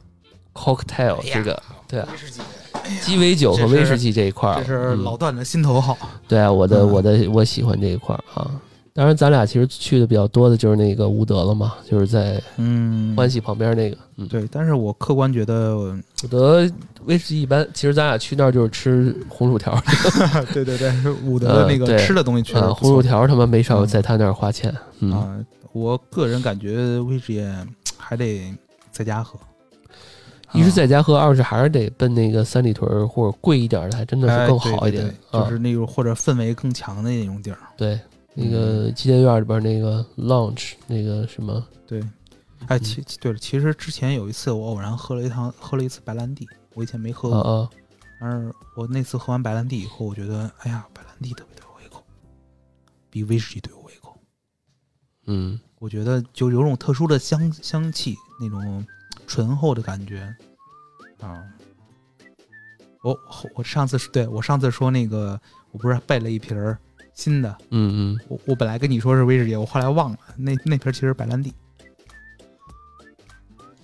cocktail、哎、这个对啊， 威士忌、 鸡尾酒和威士忌这一块， 这是老段的心头好。 嗯、对啊，我的、嗯、我的我喜欢这一块啊。当然，咱俩其实去的比较多的就是那个乌德了嘛，就是在嗯欢喜旁边那个。嗯， 对。但是我客观觉得乌德威士忌一般，其实咱俩去那儿就是吃红薯条。 对对对，乌德那个吃的东西确实、 嗯、红薯条他们没少在他那儿花钱。嗯啊、嗯，我个人感觉威士忌还得在家喝。 一是在家喝，二是还是得奔那个三里屯或者贵一点的，还真的是更好一点。 哎、对对对就是那种、啊、或者氛围更强的那种地儿。 对。那个纪念院里边那个 lounge 那个什么， 对，哎，其对了，其实之前有一次我偶然喝了一趟，喝了一次白兰地，我以前没喝过， 啊啊， 但是我那次喝完白兰地以后，我觉得，哎呀，白兰地特别对我胃口，比威士忌对我胃口。 嗯， 我觉得就有种特殊的香香气，那种醇厚的感觉啊。我我上次对我上次说那个，我不是备了一瓶儿。新的， 嗯嗯， 我我本来跟你说是威士忌，我后来忘了，那那瓶其实是白兰地。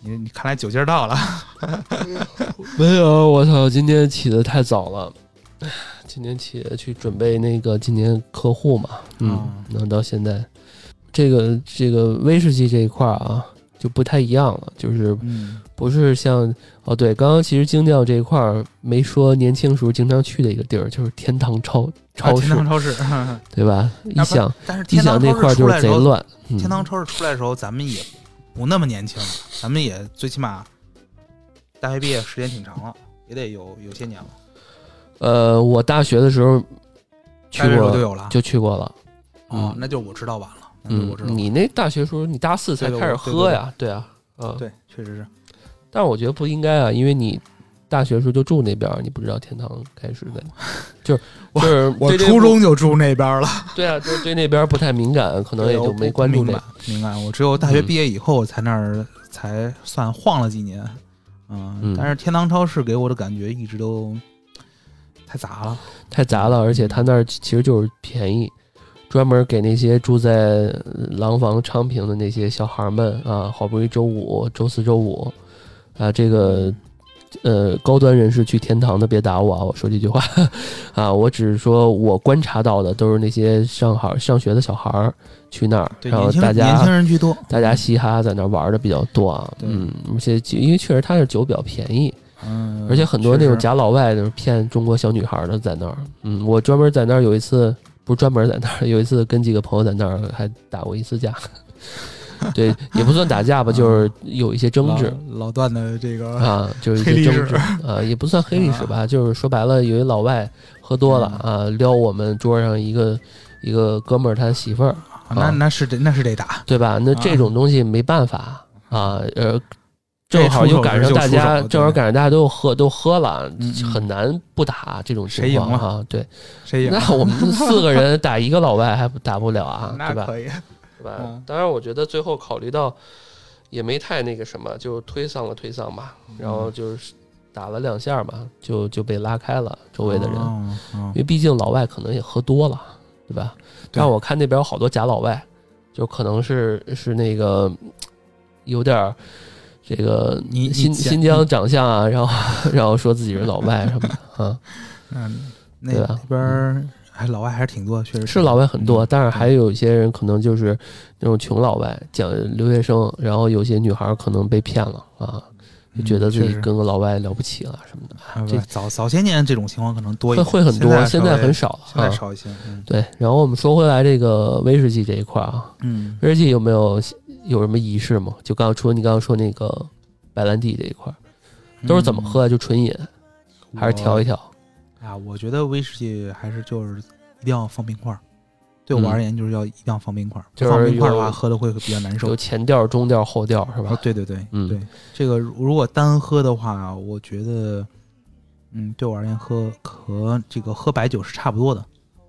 你你看来酒劲儿到了。 没有，我操，今天起得太早了。今天起得去准备那个今年客户嘛，嗯，那、哦、到现在，这个这个威士忌这一块啊，就不太一样了，就是不是像、嗯、哦，对，刚刚其实精酿这一块没说年轻时候经常去的一个地儿，就是天堂超超市， 啊、天堂超市， 对吧？一想， 但是一想那块就是贼乱。 嗯、天堂超市出来的时候，咱们也不那么年轻了，咱们也最起码大学毕业时间挺长了，也得有有些年了。 呃，我大学的时候去过就有了， 就去过了。 哦，那就我知道晚了。 嗯， 我知道你那大学时候，你大四才开始喝呀？对啊，嗯， 对，确实是。 但是我觉得不应该啊，因为你大学时候就住那边，你不知道天堂开始的，就是就是我初中就住那边了。 对啊，就对那边不太敏感，可能也就没关注那。 敏感，我只有大学毕业以后才那儿才算晃了几年。嗯，嗯但是天堂超市给我的感觉一直都。太杂了， 太杂了，而且他那儿其实就是便宜，专门给那些住在廊坊昌平的那些小孩们啊，好不容易周五、周四周五啊，这个呃高端人士去天堂的别打我啊，我说这句话啊，我只是说我观察到的都是那些上海上学的小孩去那儿，然后大家年轻人居多， 大家嘻哈在那儿玩的比较多啊，嗯，而且因为确实他是酒比较便宜。 嗯， 而且很多那种假老外就是骗中国小女孩的在那儿，嗯，我专门在那儿有一次，不是专门在那儿，有一次跟几个朋友在那儿还打过一次架，对，也不算打架吧，就是有一些争执。 老, 老段的这个啊，就是一些争执啊，也不算黑历史吧，啊、就是说白了，有一老外喝多了、嗯、啊，撩我们桌上一个一个哥们儿他媳妇儿、啊， 那那是得那是得打， 对吧？那这种东西没办法啊，呃。正好又赶上大家，正好赶上大家都喝都喝了， 嗯、 很难不打这种情况。 谁赢了啊？对， 谁赢？ 那我们四个人打一个老外还打不了啊， 对吧？ 可以，对吧？嗯、当然，我觉得最后考虑到也没太那个什么，就推搡了推搡吧，然后就是打了两下嘛，就就被拉开了周围的人， 哦哦、 因为毕竟老外可能也喝多了，对吧？但我看那边有好多假老外，就可能是是那个有点。这个新新疆长相啊，然后然后说自己是老外什么的啊， 嗯，那那边还老外还是挺多，确实是老外很多，但是还有一些人可能就是那种穷老外，讲留学生，然后有些女孩可能被骗了啊，就觉得自己跟个老外了不起了什么的。 嗯、这早早些年这种情况可能多一点， 会很多，现在很少了， 现在少一些。 嗯、对，然后我们说回来这个威士忌这一块啊， 嗯， 威士忌有没有？有什么仪式吗？就刚刚除了你刚刚说那个白兰地这一块，都是怎么喝啊？就纯饮，还是调一调？ 啊，我觉得威士忌还是就是一定要放冰块。对我而言，就是要一定要放冰块。 就是放冰块的话，喝的会比较难受。 有前调、中调、后调是吧？ 哦、对对对， 嗯， 对。这个如果单喝的话，我觉得，嗯，对我而言喝和这个喝白酒是差不多的。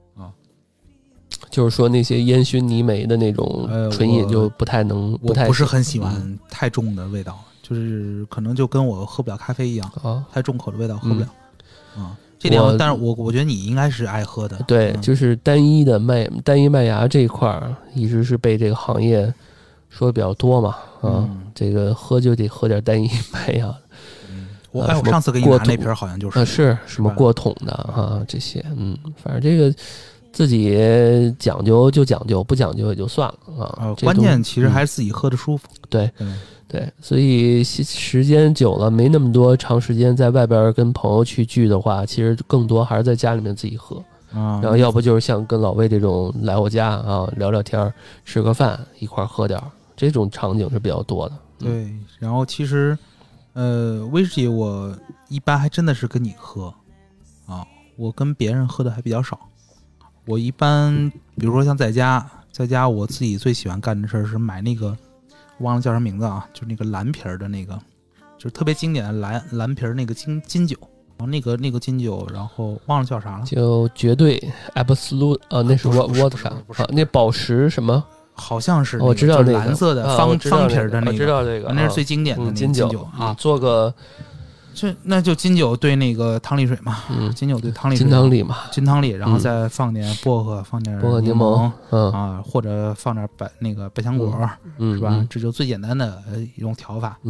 就是说那些烟熏泥煤的那种纯饮就不太能， 呃、 不太我不是很喜欢太重的味道，嗯、就是可能就跟我喝不了咖啡一样， 啊、 太重口的味道喝不了。啊、嗯嗯，这点，但是我我觉得你应该是爱喝的。 对， 嗯、 就是单一的麦单一麦芽这一块一直是被这个行业说的比较多嘛，啊， 嗯、 这个喝就得喝点单一麦芽。 嗯，我哎，我上次给你拿那瓶好像就是， 啊、是什么过桶的啊这些，嗯，反正这个。自己讲究就讲究，不讲究也就算了啊。 呃，关键其实还是自己喝的舒服。 嗯、对、 嗯、 对，所以时间久了，没那么多长时间在外边跟朋友去聚的话，其实更多还是在家里面自己喝。 啊， 然后要不就是像跟老魏这种来我家啊聊聊天，吃个饭一块喝点，这种场景是比较多的。 对，嗯、然后其实呃，威士忌我一般还真的是跟你喝啊，我跟别人喝的还比较少。我一般比如说像在家在家我自己最喜欢干的事是买那个忘了叫什么名字啊，就是那个蓝瓶的那个，就是特别经典的蓝蓝瓶那个金金酒，然后那个那个金酒，然后忘了叫啥了， 就绝对 absolute 呃、啊、那是 vodka 啊，那宝石什么好像是、那个哦、我知道那个蓝色的方、 啊、 方瓶的那个， 我知道这个， 那是最经典的那个金酒、 嗯、 啊， 做个。 这那就金酒兑那个汤力水嘛， 嗯， 金酒兑汤力水， 金汤力嘛， 金汤力，然后再放点薄荷，嗯、放点薄荷柠檬，嗯啊，或者放点百那个百香果， 嗯、 是吧、 嗯？ 这就最简单的一种调法。 嗯，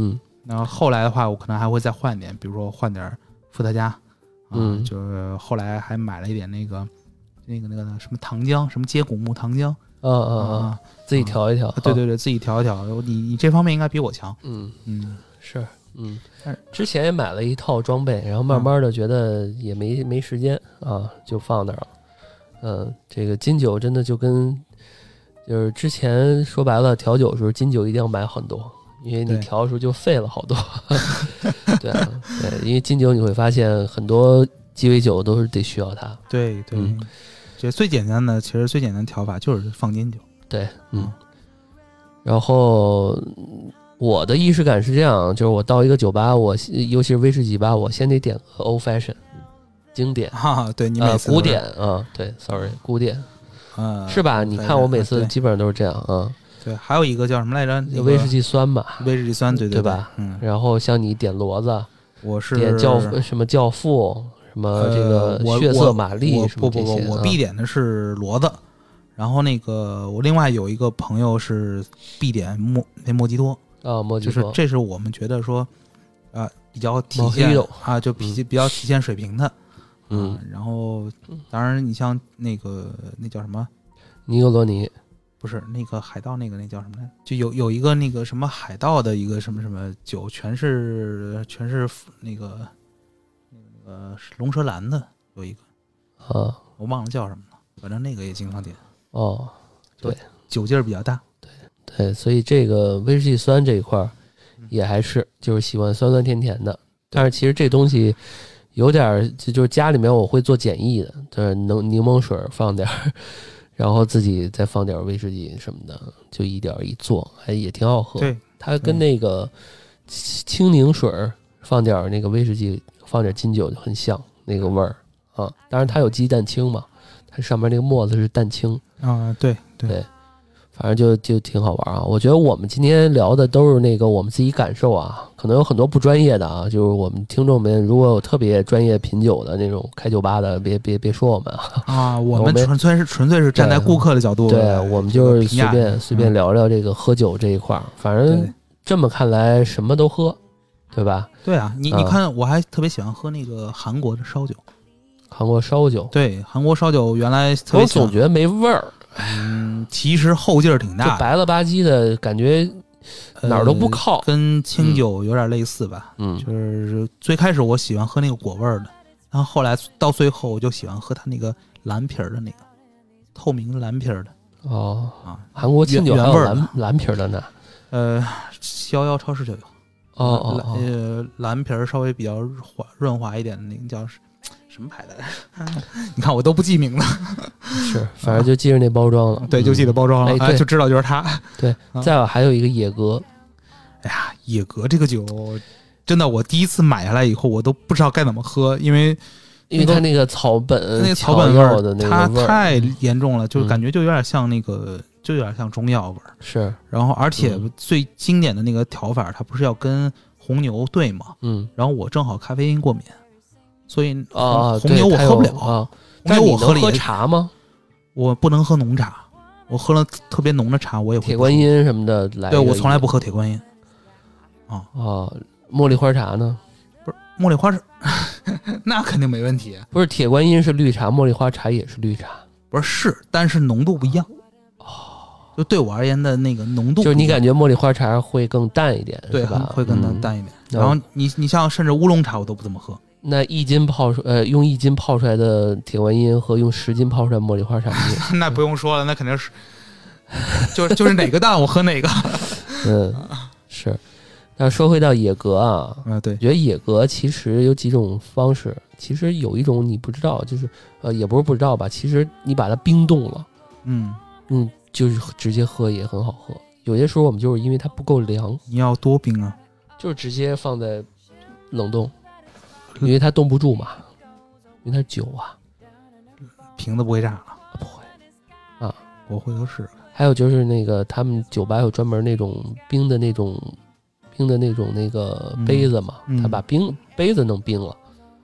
然后后来的话，我可能还会再换点，比如说换点伏特加，啊、 嗯， 就是后来还买了一点那个那个那个什么糖浆，什么接骨木糖浆， 啊啊啊，自己调一调， 对对对，自己调一调。你你这方面应该比我强。 嗯嗯， 是，嗯，之前也买了一套装备，然后慢慢的觉得也没、嗯、没时间啊，就放那儿了。嗯，这个金酒真的就跟就是之前说白了调酒的时候，金酒一定要买很多，因为你调的时候就费了好多。对啊，对，因为金酒你会发现很多鸡尾酒都是得需要它。 对对，嗯，这最简单的，其实最简单的调法就是放金酒。 对，嗯。然后我的仪式感是这样，就是我到一个酒吧，我尤其是威士忌吧，我先得点个 old fashion 经典啊，对你每次、 呃、古典啊，对 ，sorry 古典， 嗯， 是吧？你看我每次基本上都是这样啊。 对，还有一个叫什么来着？那个、 威士忌酸嘛， 威士忌酸，对对, 对吧？ 嗯。 然后像你点骡子， 我是点教什么教父，什么这个血色玛丽， 呃、 什么不不不，我必点的是骡子。然后那个我另外有一个朋友是必点莫那莫吉托啊，莫吉托， 就是这是我们觉得说啊、呃、比较体现啊就比、嗯、比较体现水平的， 嗯、 啊，然后当然你像那个那叫什么尼格罗尼， 不是那个海盗那个那叫什么来着？就有有一个那个什么海盗的一个什么什么酒，全是全是那个那个龙舌兰的有一个啊， 我忘了叫什么了，反正那个也经常点。 哦，对， 酒劲儿比较大， 对对，所以这个威士忌酸这一块也还是就是喜欢酸酸甜甜的，但是其实这东西有点就是家里面我会做简易的，就是能柠檬水放点，然后自己再放点威士忌什么的，就一点一做，还也挺好喝。 对， 它跟那个清柠水放点那个威士忌，放点金酒就很像那个味儿啊。当然它有鸡蛋清嘛，它上面那个沫子是蛋清。 啊，对对, 对，反正就就挺好玩啊。我觉得我们今天聊的都是那个我们自己感受啊，可能有很多不专业的啊，就是我们听众们如果有特别专业品酒的那种开酒吧的，别别别说我们啊啊，我们纯粹是纯粹是站在顾客的角度， 对，对我们就是随便随便聊聊这个喝酒这一块儿，反正这么看来什么都喝，对吧？ 对啊，你你看，我还特别喜欢喝那个韩国的烧酒。 韩国烧酒， 对，韩国烧酒原来特别， 我总觉得没味儿。 嗯，其实后劲儿挺大的， 就白了吧唧的感觉，哪儿都不靠， 呃、跟清酒有点类似吧。 嗯， 就是最开始我喜欢喝那个果味儿的，然后后来到最后我就喜欢喝它那个蓝皮儿的那个透明蓝皮儿的。 哦啊， 韩国清酒还有蓝蓝皮儿的呢。 呃，逍遥超市就有。 哦哦哦， 呃，蓝皮儿稍微比较滑润滑一点的那个叫什么牌子？你看我都不记名了， 是，反正就记着那包装了。 对，就记得包装了， 嗯、 哎，就知道就是它。 对，再有还有一个野格。 哎呀，野格这个酒，真的，我第一次买下来以后，我都不知道该怎么喝，因为因为它那个草本， 那个草本味儿的那个它太严重了，就感觉就有点像那个， 嗯、 就有点像中药味儿。 是， 然后而且最经典的那个调法，它不是要跟红牛兑吗？ 嗯， 然后我正好咖啡因过敏。所以啊， 红牛我喝不了啊。 红牛我喝了喝茶吗？ 我不能喝浓茶，我喝了特别浓的茶，我也会铁观音什么的来。 对，我从来不喝铁观音。啊啊，茉莉花茶呢？ 不是茉莉花是，那肯定没问题。 不是铁观音是绿茶，茉莉花茶也是绿茶。 不是是，但是浓度不一样。 哦， 就对我而言的那个浓度， 就是你感觉茉莉花茶会更淡一点， 对吧？ 会更淡一点。嗯、然后你你像甚至乌龙茶我都不怎么喝。 那一斤泡出呃，用一斤泡出来的铁观音和用十斤泡出来的茉莉花茶， 那不用说了，那肯定是，就是就是哪个淡我喝哪个。 嗯，是。那说回到野格啊， 啊对， 我觉得野格其实有几种方式，其实有一种你不知道，就是呃，也不是不知道吧，其实你把它冰冻了， 嗯嗯，就是直接喝也很好喝。有些时候我们就是因为它不够凉， 你要多冰啊？ 就是直接放在冷冻。因为它冻不住嘛，因为它是酒啊， 瓶子不会炸了？ 不会啊， 我回头试试。 还有就是那个他们酒吧有专门那种冰的那种冰的那种那个杯子嘛， 嗯、 他把冰杯子弄冰了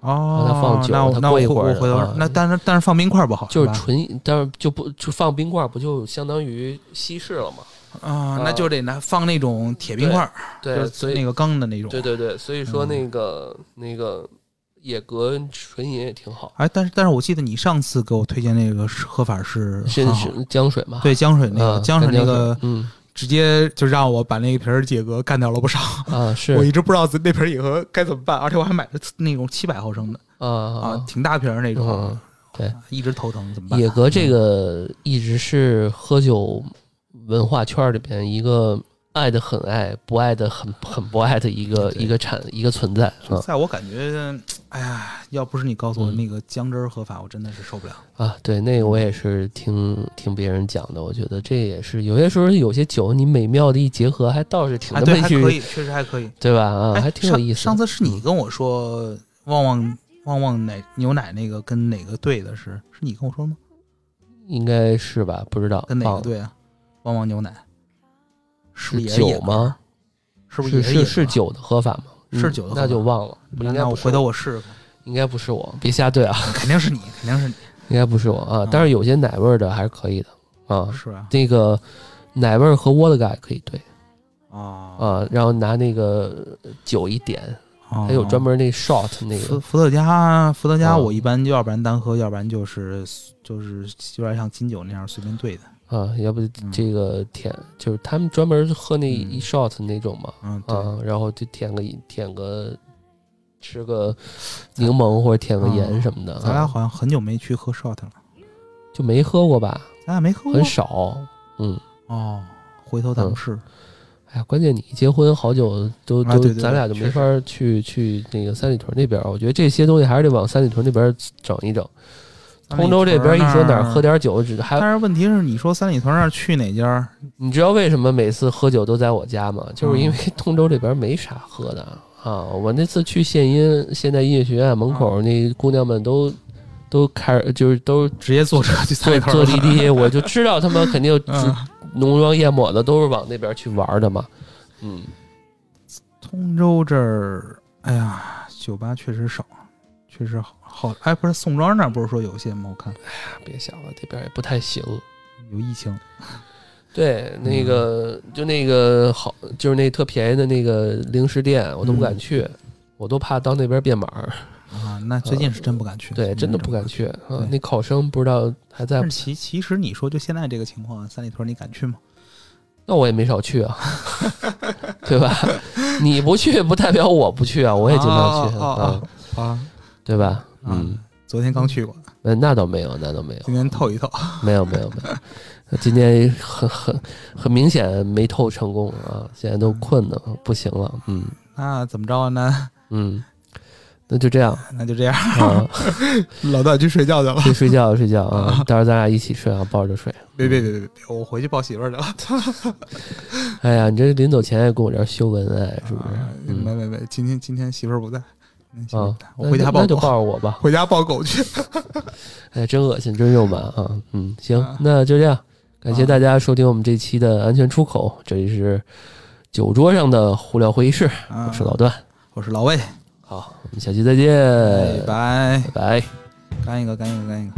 哦， 让它放久， 那它过一会儿我回头、 啊、 那但是但是放冰块不好， 就是纯，但是就不就放冰块，不就相当于稀释了吗？ 啊，那就得拿放那种铁冰块， 对， 就是所以那个钢的那种。 对对对，所以说那个、嗯、那个野格纯饮也挺好。 哎，但是但是我记得你上次给我推荐那个喝法是是是江水嘛？ 对，江水那个、 嗯、 江水那个， 嗯， 直接就让我把那个瓶野格干掉了不少啊！是我一直不知道那瓶野格该怎么办，而且我还买了那种七百毫升的啊啊，挺大瓶那种。 嗯、对， 一直头疼怎么办？ 野格这个一直是喝酒文化圈里边一个爱的很爱，不爱的很很不爱的一个一个产一个存在。 在我感觉，哎呀，要不是你告诉我那个姜汁喝法，嗯、我真的是受不了啊！对，那个我也是听听别人讲的，我觉得这也是有些时候有些酒你美妙的一结合，还倒是挺那么还可以，确实还可以， 对吧？啊，还挺有意思。 上次是你跟我说旺旺旺旺奶牛奶那个跟哪个兑的是？是你跟我说吗？ 应该是吧？不知道跟哪个兑啊？旺旺牛奶是是酒吗？ 是不是是是是酒的喝法吗？ 是酒的喝法， 那就忘了。不应该， 我回头我试试看。 应该不是我，别瞎对啊！ 肯定是你，肯定是你。 应该不是我啊，但是有些奶味的还是可以的啊。 是啊， 那个奶味和沃德嘎也可以兑啊啊，然后拿那个酒一点，还有专门那 shot 那个。 伏伏特加，伏特加，我一般要不然单喝，要不然就是就是有点像金酒那样随便兑的。 啊，要不这个舔、嗯、就是他们专门喝那一 shot 那种嘛， 嗯啊，然后就舔个舔个吃个柠檬或者舔个盐什么的。 嗯、咱俩好像很久没去喝 shot 了， 就没喝过吧？ 咱俩没喝过， 很少。嗯， 哦，回头咱们试。嗯、 哎呀，关键你结婚好久都都、 啊、对对对咱俩就没法去去那个三里屯那边。我觉得这些东西还是得往三里屯那边整一整。通州这边一说哪儿喝点酒，只还但是问题是，你说三里屯那儿去哪家？ 你知道为什么每次喝酒都在我家吗？就是因为通州这边没啥喝的、嗯、啊！我那次去献音现代音乐学院门口，嗯、那姑娘们都都开始就是都直接坐车去三里屯坐滴滴，我就知道他们肯定浓妆艳抹的都是往那边去玩的嘛。嗯， 通州这儿，哎呀，酒吧确实少，确实好。好，哎，不是宋庄那不是说有些吗？我看， 哎呀，别想了，这边也不太行， 有疫情。 对，那个、嗯、就那个好，就是那特便宜的那个零食店，我都不敢去，嗯、我都怕到那边变码啊。那最近是真不敢去， 啊、对，真的不敢去啊。那考生不知道还在不？ 其其实你说就现在这个情况，三里屯你敢去吗？ 那我也没少去啊，对吧？你不去不代表我不去啊，我也经常去啊啊 啊, 啊， 对吧？ 嗯，昨天刚去过， 嗯，那倒没有，那倒没有。 今天透一透， 没有没有没有，今天很很很明显没透成功啊，现在都困的不行了，嗯。 那怎么着呢？ 嗯，那就这样， 那就这样啊。老段去睡觉去了， 去睡觉睡觉啊，到时候咱俩一起睡啊，抱着睡。 别别别别别，我回去抱媳妇儿去了。 哎呀，你这临走前也跟我这儿秀恩爱，是不是？ 啊、 嗯、 没没没，今天今天媳妇儿不在。 啊， 我回家抱狗， 那就抱着我吧， 回家抱狗去。 哎，真恶心，真肉麻啊！嗯，行，啊、那就这样，感谢大家收听我们这期的安全出口，这里是酒桌上的胡聊会议室， 啊、 我是老段， 我是老魏， 好，我们下期再见， 拜拜拜拜， 干一个，干一个，干一个。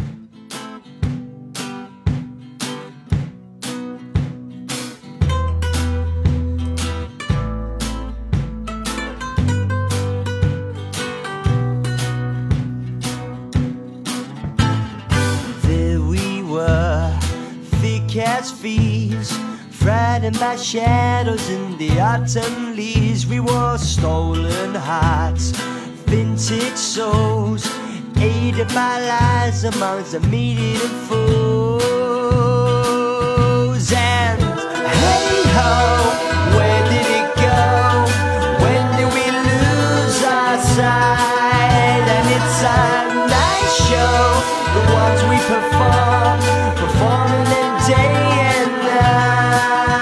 As fees, frightened by shadows in the autumn leaves, we wore stolen hearts, vintage souls, aided by lies amongst the meat-eating fools. And hey ho, where did it go? When did we lose our sight? And it's a night show, the ones we perform, performing in day and night,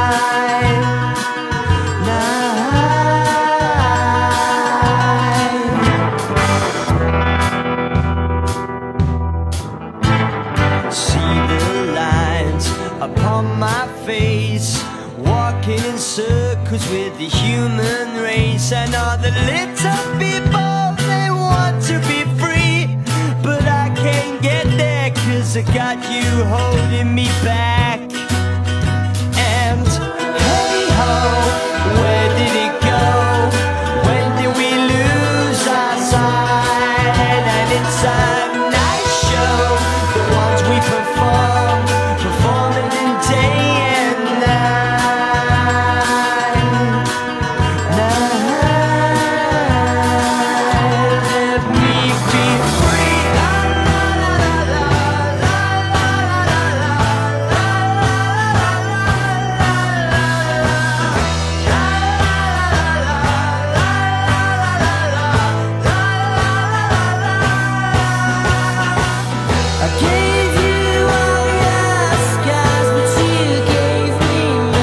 night. See the lines upon my face, walking in circles with the human race. I know the little people, they want to 'cause I got you holding me back. And hey ho, where did it go? When did we lose our sight? And it's a nice show, the ones we perform, performing in day and night. Night, let me be free. La la la la la la la la I gave you all your scars, but you gave me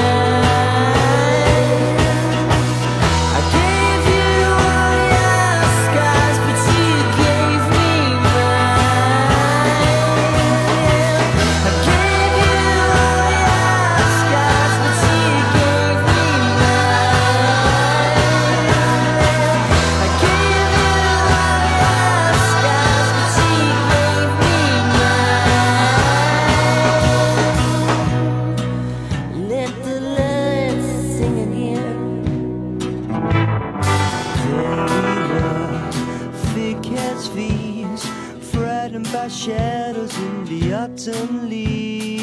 mine. I gave you all your scars, but you gave me mine. I gave you all your scars, but you gave me mine. I gave you all your scars, but you gave me mine. Let the lights sing again. There we were, thick as thieves, frightened by shadows in the autumn leaves.